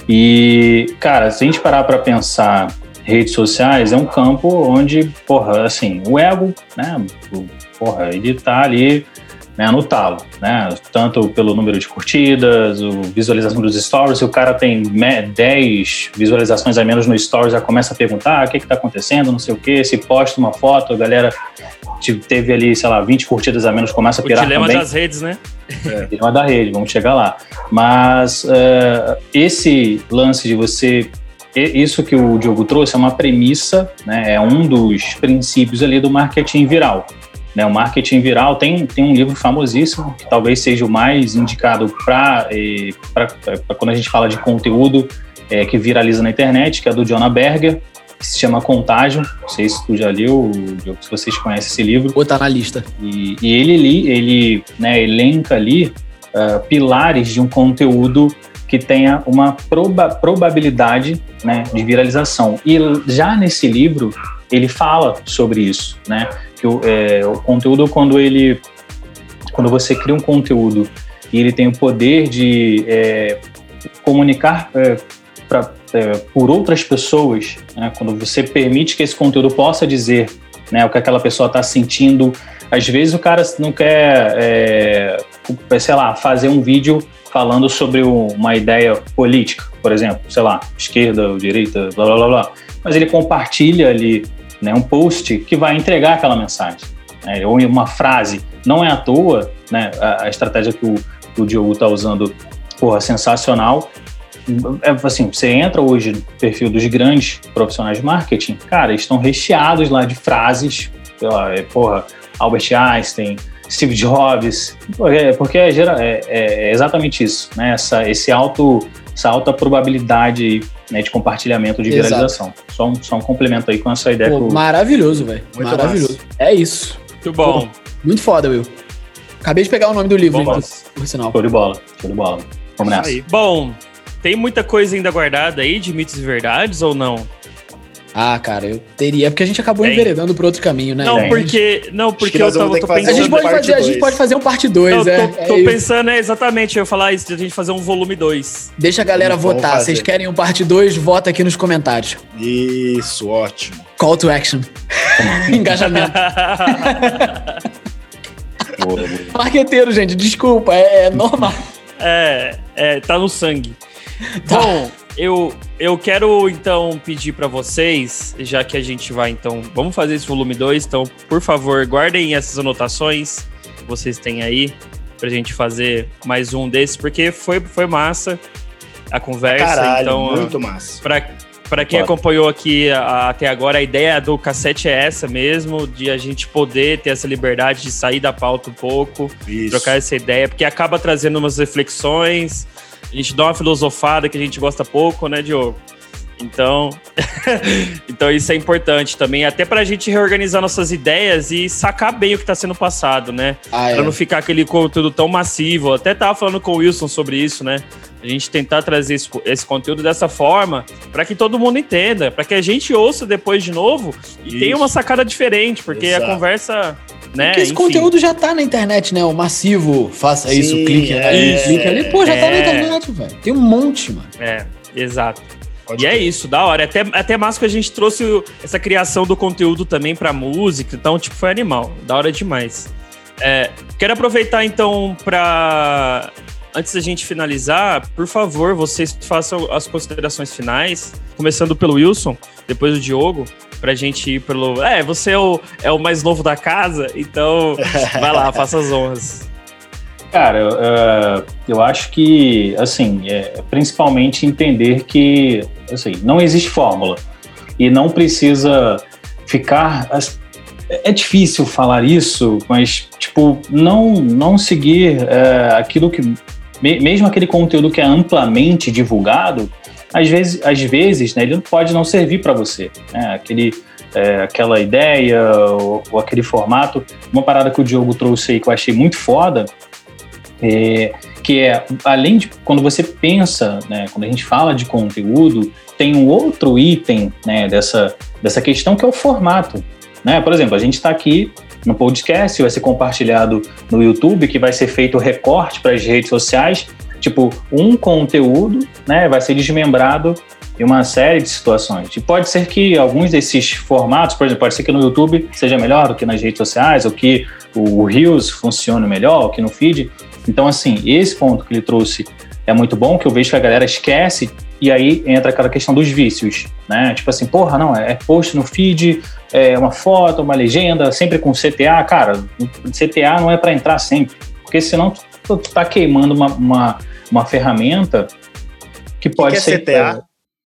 E, cara, se a gente parar para pensar, redes sociais é um campo onde, porra, assim, o ego, né, o, porra, ele tá ali, né, no talo, né, tanto pelo número de curtidas, o visualização dos stories, se o cara tem dez visualizações a menos no stories, já começa a perguntar ah, o que que tá acontecendo, não sei o que, se posta uma foto, a galera teve ali, sei lá, vinte curtidas a menos, começa a O pirar dilema também. das redes, né? É. Dilema da rede, vamos chegar lá. Mas uh, esse lance de você... Isso que o Diogo trouxe é uma premissa, né, é um dos princípios ali do marketing viral. Né, o marketing viral tem, tem um livro famosíssimo, que talvez seja o mais indicado para eh, quando a gente fala de conteúdo eh, que viraliza na internet, que é do Jonah Berger, que se chama Contágio. Não sei se tu já leu, Diogo, se vocês conhecem esse livro. Vou botar na lista. E, e ele, li, ele né, elenca ali uh, pilares de um conteúdo que tenha uma proba probabilidade, né, de viralização. E já nesse livro, ele fala sobre isso, né? Que o, é, o conteúdo, quando ele... Quando você cria um conteúdo e ele tem o poder de é, comunicar é, pra, é, por outras pessoas, né, quando você permite que esse conteúdo possa dizer, né, o que aquela pessoa está sentindo. Às vezes o cara não quer, é, sei lá, fazer um vídeo falando sobre uma ideia política, por exemplo, sei lá, esquerda ou direita, blá, blá, blá, blá. Mas ele compartilha ali, né, um post que vai entregar aquela mensagem, né, ou uma frase. Não é à toa, né, a, a estratégia que o, que o Diogo está usando, porra, sensacional. É, assim, você entra hoje no perfil dos grandes profissionais de marketing, cara, estão recheados lá de frases, sei lá, é, porra, Albert Einstein, Steve Jobs, porque, porque é, é, é exatamente isso, né? Essa, esse alto, essa alta probabilidade, né, de compartilhamento, de viralização. Só um, só um complemento aí com essa ideia. Pô, que eu... Maravilhoso, velho. Muito Maravilhoso. massa. É isso. Muito bom. Pô, muito foda, Will. Acabei de pegar o nome do livro, Bom, então, por sinal. Show de bola, show de bola. Vamos nessa. Aí. Bom, tem muita coisa ainda guardada aí de mitos e verdades ou não? Ah, cara, eu teria, porque a gente acabou Tem. enveredando por outro caminho, né? Não, Tem. porque, não, porque que nós eu vamos tava, ter tô que fazer A pensando... gente, pode parte fazer, a gente dois. pode fazer um parte dois, Não, é. tô, é tô isso. pensando, é, exatamente, eu ia falar isso, de a gente fazer um volume dois. Deixa a galera Vamos votar. fazer. Vocês querem um parte dois? Vota aqui nos comentários. Isso, ótimo. Call to action. Engajamento. Boa, boa. Marqueteiro, gente, desculpa, é, é normal. É, é, tá no sangue. Tá. Bom, eu, eu quero então pedir pra vocês, já que a gente vai então, vamos fazer esse volume dois, então, por favor, guardem essas anotações que vocês têm aí pra gente fazer mais um desses, porque foi, foi massa a conversa, Caralho, então, muito massa. pra, pra quem Foda. acompanhou aqui a- até agora, a ideia do cassete é essa mesmo, de a gente poder ter essa liberdade de sair da pauta um pouco, Isso. trocar essa ideia, porque acaba trazendo umas reflexões, a gente dá uma filosofada que a gente gosta pouco, né, Diogo? Então, então isso é importante também, até pra gente reorganizar nossas ideias e sacar bem o que tá sendo passado, né? Ah, é. Pra não ficar aquele conteúdo tão massivo. Eu até tava falando com o Wilson sobre isso, né? A gente tentar trazer esse, esse conteúdo dessa forma para que todo mundo entenda, para que a gente ouça depois de novo e Isso. tenha uma sacada diferente, porque Exato. a conversa, né? Porque esse enfim. conteúdo já tá na internet, né? O massivo, faça Sim, isso, clique é, ali, clique ali. Pô, já tá na é. internet, velho. Tem um monte, mano. É, exato. Pode E é crer. isso, da hora. Até, até mais que a gente trouxe o- essa criação do conteúdo também pra música, então, tipo, foi animal. Da hora demais. É, quero aproveitar, então, pra... Antes da gente finalizar, por favor, vocês façam as considerações finais, começando pelo Wilson, depois o Diogo, pra gente ir pelo... É, você é o, é o mais novo da casa, então vai lá, faça as honras. Cara, eu, eh, eu acho que, assim, é, principalmente entender que, assim, não existe fórmula e não precisa ficar as- é difícil falar isso, mas, tipo, não, não seguir é, aquilo que, mesmo aquele conteúdo que é amplamente divulgado, às vezes, às vezes né, ele pode não servir para você, né? Aquele, é, aquela ideia ou, ou aquele formato. Uma parada que o Diogo trouxe aí que eu achei muito foda, é, que é, além de, quando você pensa, né, quando a gente fala de conteúdo, tem um outro item, né, dessa, dessa questão que é o formato. Né? Por exemplo, a gente está aqui no podcast, vai ser compartilhado no YouTube, que vai ser feito recorte para as redes sociais, tipo, um conteúdo, né, vai ser desmembrado em uma série de situações. E pode ser que alguns desses formatos, por exemplo, pode ser que no YouTube seja melhor do que nas redes sociais, ou que o Reels funcione melhor, ou que no feed. Então, assim, esse ponto que ele trouxe é muito bom, que eu vejo que a galera esquece, e aí entra aquela questão dos vícios, né? Tipo assim, porra, não, é post no feed, é uma foto, uma legenda, sempre com C T A. Cara, C T A não é para entrar sempre, porque senão tu, tu tá queimando uma, uma, uma ferramenta que pode que que é ser... C T A?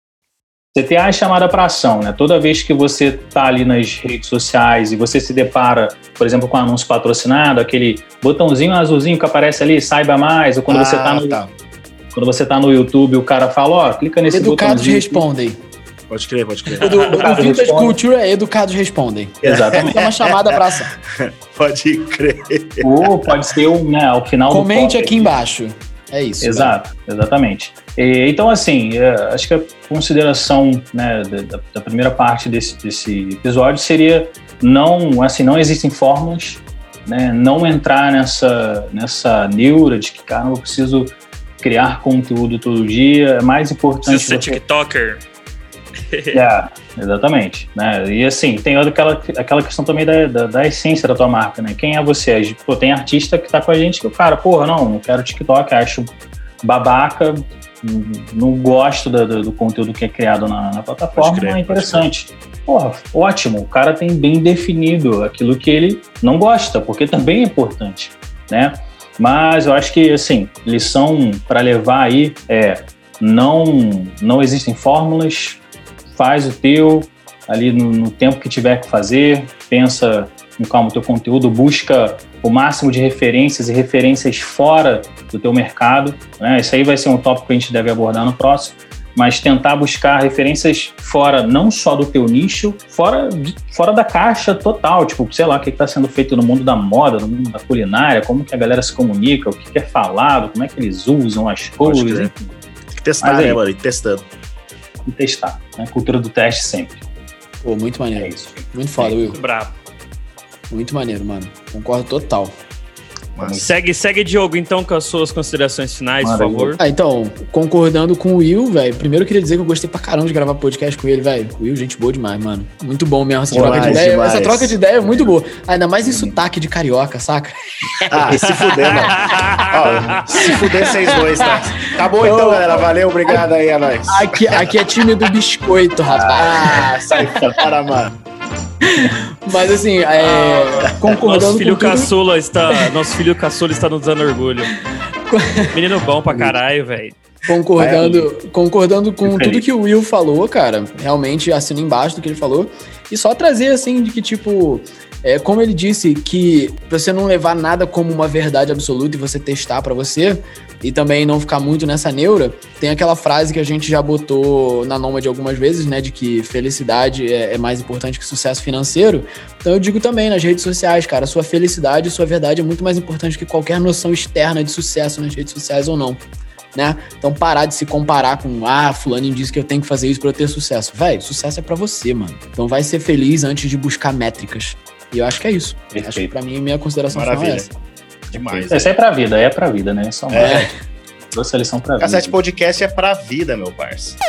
C T A é chamada para ação, né? Toda vez que você tá ali nas redes sociais e você se depara, por exemplo, com um anúncio patrocinado, aquele botãozinho azulzinho que aparece ali, saiba mais, ou quando ah, você tá no... Tá. Quando você tá no YouTube, o cara fala, ó, clica nesse Educados botãozinho. respondem. Pode crer, pode crer. O do, o do Vintage Culture é Educados respondem. Exatamente. É uma chamada pra ação. Pode crer. Ou pode ser, um, né, ao final Comente do aqui embaixo. É isso. Exato, velho. Exatamente. E, então, assim, é, acho que a consideração, né, da, da primeira parte desse, desse episódio seria não, assim, não existem fórmulas, né, não entrar nessa, nessa neura de que, cara, eu preciso criar conteúdo todo dia, é mais importante... Preciso ser tiktoker. É, exatamente, né? E assim, tem aquela, aquela questão também da, da, da essência da tua marca, né? Quem é você? Pô, tem artista que tá com a gente que o cara, porra, não, não quero TikTok, acho babaca, não gosto do, do, do conteúdo que é criado na, na plataforma, crer, é interessante. Porra, ótimo, o cara tem bem definido aquilo que ele não gosta, porque também é importante, né? Mas eu acho que, assim, lição para levar aí é não, não existem fórmulas, faz o teu ali no, no tempo que tiver que fazer, pensa com calma o teu conteúdo, busca o máximo de referências e referências fora do teu mercado, né? Isso aí vai ser um tópico que a gente deve abordar no próximo, mas tentar buscar referências fora, não só do teu nicho, fora, de, fora da caixa total, tipo, sei lá, o que está sendo feito no mundo da moda, no mundo da culinária, como que a galera se comunica, o que, que é falado, como é que eles usam as cores, enfim. Tem que testar, mas, né, mano? E testando. E testar, né? Cultura do teste sempre. Pô, muito maneiro. É isso. Muito foda, Will. Muito brabo. Muito maneiro, mano. Concordo total. Mas... Segue, segue, Diogo, então, com as suas considerações finais, por favor. Ah, então, concordando com o Will, velho, primeiro eu queria dizer que eu gostei pra caramba de gravar podcast com ele, velho. O Will, gente boa demais, mano. Muito bom mesmo essa Demais, troca de ideia. demais. Essa troca de ideia é muito boa. Ainda mais em sotaque de carioca, saca? Ah, se fuder, mano. Ó, se fuder vocês dois, tá? Acabou então, galera. Valeu, obrigado aí, é nóis. Aqui, aqui é time do biscoito, rapaz. Ah, sai fora, mano. Mas assim, é, concordando nosso filho com tudo... caçula está, nosso filho caçula está nos dando orgulho. Menino bom pra caralho, velho. Concordando, concordando com Fico tudo feliz. que o Will falou, cara. Realmente assino embaixo do que ele falou. E só trazer, assim, de que, tipo... É, como ele disse, que você não levar nada como uma verdade absoluta e você testar pra você, e também não ficar muito nessa neura, tem aquela frase que a gente já botou na Nômade algumas vezes, né, de que felicidade é, é mais importante que sucesso financeiro. Então eu digo também nas redes sociais, cara, sua felicidade e sua verdade é muito mais importante que qualquer noção externa de sucesso nas redes sociais ou não, né? Então parar de se comparar com, ah, fulaninho disse que eu tenho que fazer isso pra eu ter sucesso. Véi, sucesso é pra você, mano. Então vai ser feliz antes de buscar métricas. E eu acho que é isso. Perfeito. Acho que pra mim, minha consideração final é essa. Demais. Essa é pra vida, é pra vida, né? Só uma É. trouxe a lição pra vida. Cassete Podcast é pra vida, meu parça.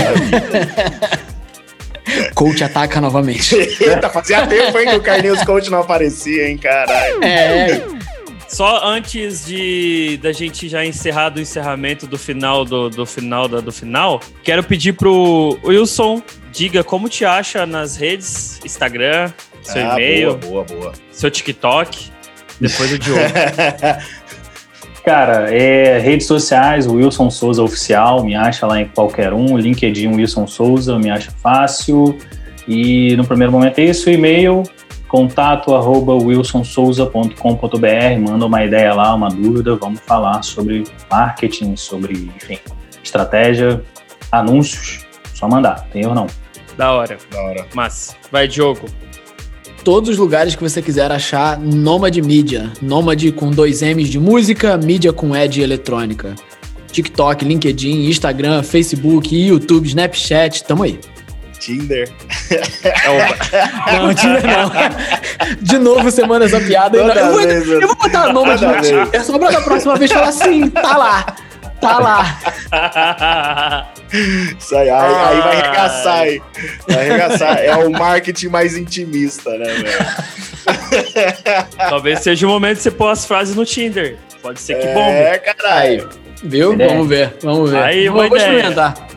Coach ataca novamente. Eita, fazia tempo, hein, que o Carlinhos Coach não aparecia, hein, caralho. É. Só antes de da gente já encerrar do encerramento do final do, do final da, do final, quero pedir pro Wilson, diga como te acha nas redes, Instagram, seu Ah, e-mail, boa, boa, boa. seu TikTok, depois o Diogo. Cara, é, redes sociais, Wilson Souza Oficial, me acha lá em qualquer um, LinkedIn Wilson Souza, me acha fácil. E no primeiro momento é isso, e-mail, contato arroba wilson souza ponto com ponto b r, manda uma ideia lá, uma dúvida, vamos falar sobre marketing, sobre, enfim, estratégia, anúncios, só mandar, tem erro não. Da hora. Da hora. Mas, vai, Diogo. Todos os lugares que você quiser achar Nômade Mídia. Nômade com dois M's de música, mídia com E de eletrônica. TikTok, LinkedIn, Instagram, Facebook, YouTube, Snapchat, tamo aí. Tinder. Não, Tinder não. De novo você manda essa piada. Toda Eu vou, vez, eu vou botar Nômade toda no vez. Tinder só pra da próxima vez falar assim, tá lá. Tá lá. Isso aí, aí, aí vai arregaçar, aí. Vai arregaçar. É o marketing mais intimista, né, velho? Talvez seja o momento de você pôr as frases no Tinder. Pode ser que bombe. É, caralho. Viu? Ideia. Vamos ver, vamos ver. Aí, vou, boa vou ideia. experimentar.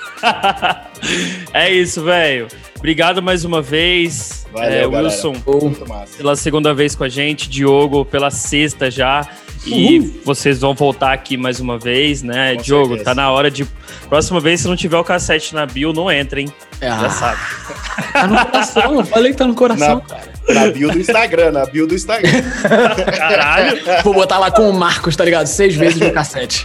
É isso, velho. Obrigado mais uma vez. Valeu, é, Wilson, Muito massa. pela segunda vez com a gente. Diogo, pela sexta já. E vocês vão voltar aqui mais uma vez, né? Com Diogo, certeza. tá na hora de... Próxima vez, se não tiver o cassete na bio, não entra, hein? Já Ah, sabe. tá no coração, eu falei que tá no coração, Na- cara. Na bio do Instagram, na bio do Instagram. Caralho. Vou botar lá com o Marcos, tá ligado? Seis vezes no cassete.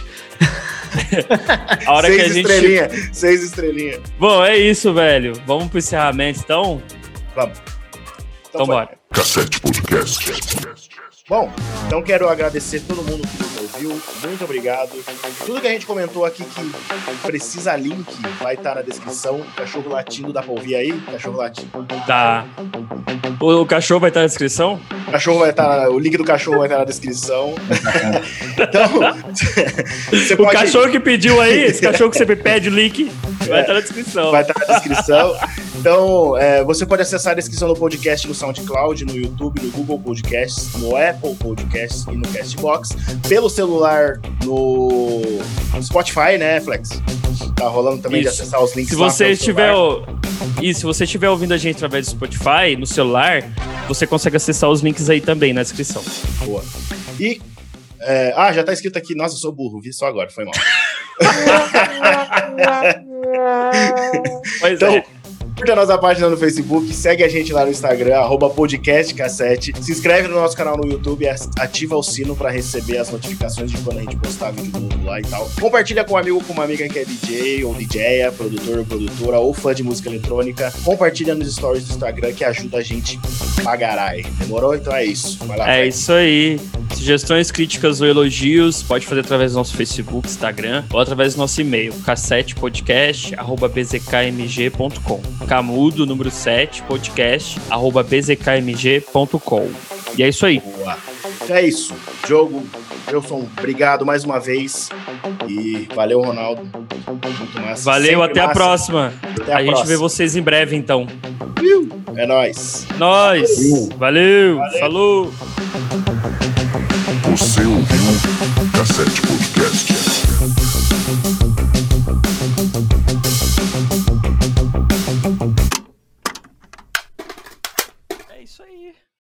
A hora seis que a gente... estrelinhas, seis estrelinhas. Bom, é isso, velho. Vamos pro encerramento, então? Vamos. Então foi. bora. Cassete Podcast. Bom, então quero agradecer todo mundo que nos ouviu. Muito obrigado. Tudo que a gente comentou aqui que precisa link vai estar na descrição. Cachorro latindo, dá pra ouvir aí? Cachorro latindo. Tá. O, o cachorro vai estar na descrição? O cachorro vai estar, o link do cachorro vai estar na descrição. Então, você O pode... cachorro que pediu aí, esse cachorro que sempre pede o link, vai estar na descrição. Vai estar na descrição. Então, é, você pode acessar a descrição do podcast no SoundCloud, no YouTube, no Google Podcasts, no Apple Podcasts e no Castbox. Pelo celular no Spotify, né, Flex? Tá rolando também de Isso. acessar os links Se lá você pelo estiver... celular. E se você estiver ouvindo a gente através do Spotify, no celular, você consegue acessar os links aí também na descrição. Boa. E... é, ah, já tá escrito aqui. Nossa, eu sou burro, vi só agora, foi mal. Pois Então, é. curta a nossa página no Facebook, segue a gente lá no Instagram, arroba podcastcassete. Se inscreve no nosso canal no YouTube e ativa o sino pra receber as notificações de quando a gente postar vídeo novo lá e tal. Compartilha com um amigo, com uma amiga que é D J ou D J, produtor ou produtora ou fã de música eletrônica. Compartilha nos stories do Instagram que ajuda a gente pra garai. Demorou? Então é isso. Vai lá, É Flex. isso aí. Sugestões, críticas ou elogios, pode fazer através do nosso Facebook, Instagram ou através do nosso e-mail, cassetepodcast arroba b z k m g ponto com. Camudo, número sete, podcast, arroba b z k m g ponto com. E é isso aí. Boa. Então é isso. Diogo, Wilson, obrigado mais uma vez. E valeu, Ronaldo. Muito massa. Valeu, Sempre até a massa. próxima. Até A, a gente próxima. vê vocês em breve, então. É nóis. Nós. Valeu. Valeu. Falou. Você ouviu Cassete Podcast.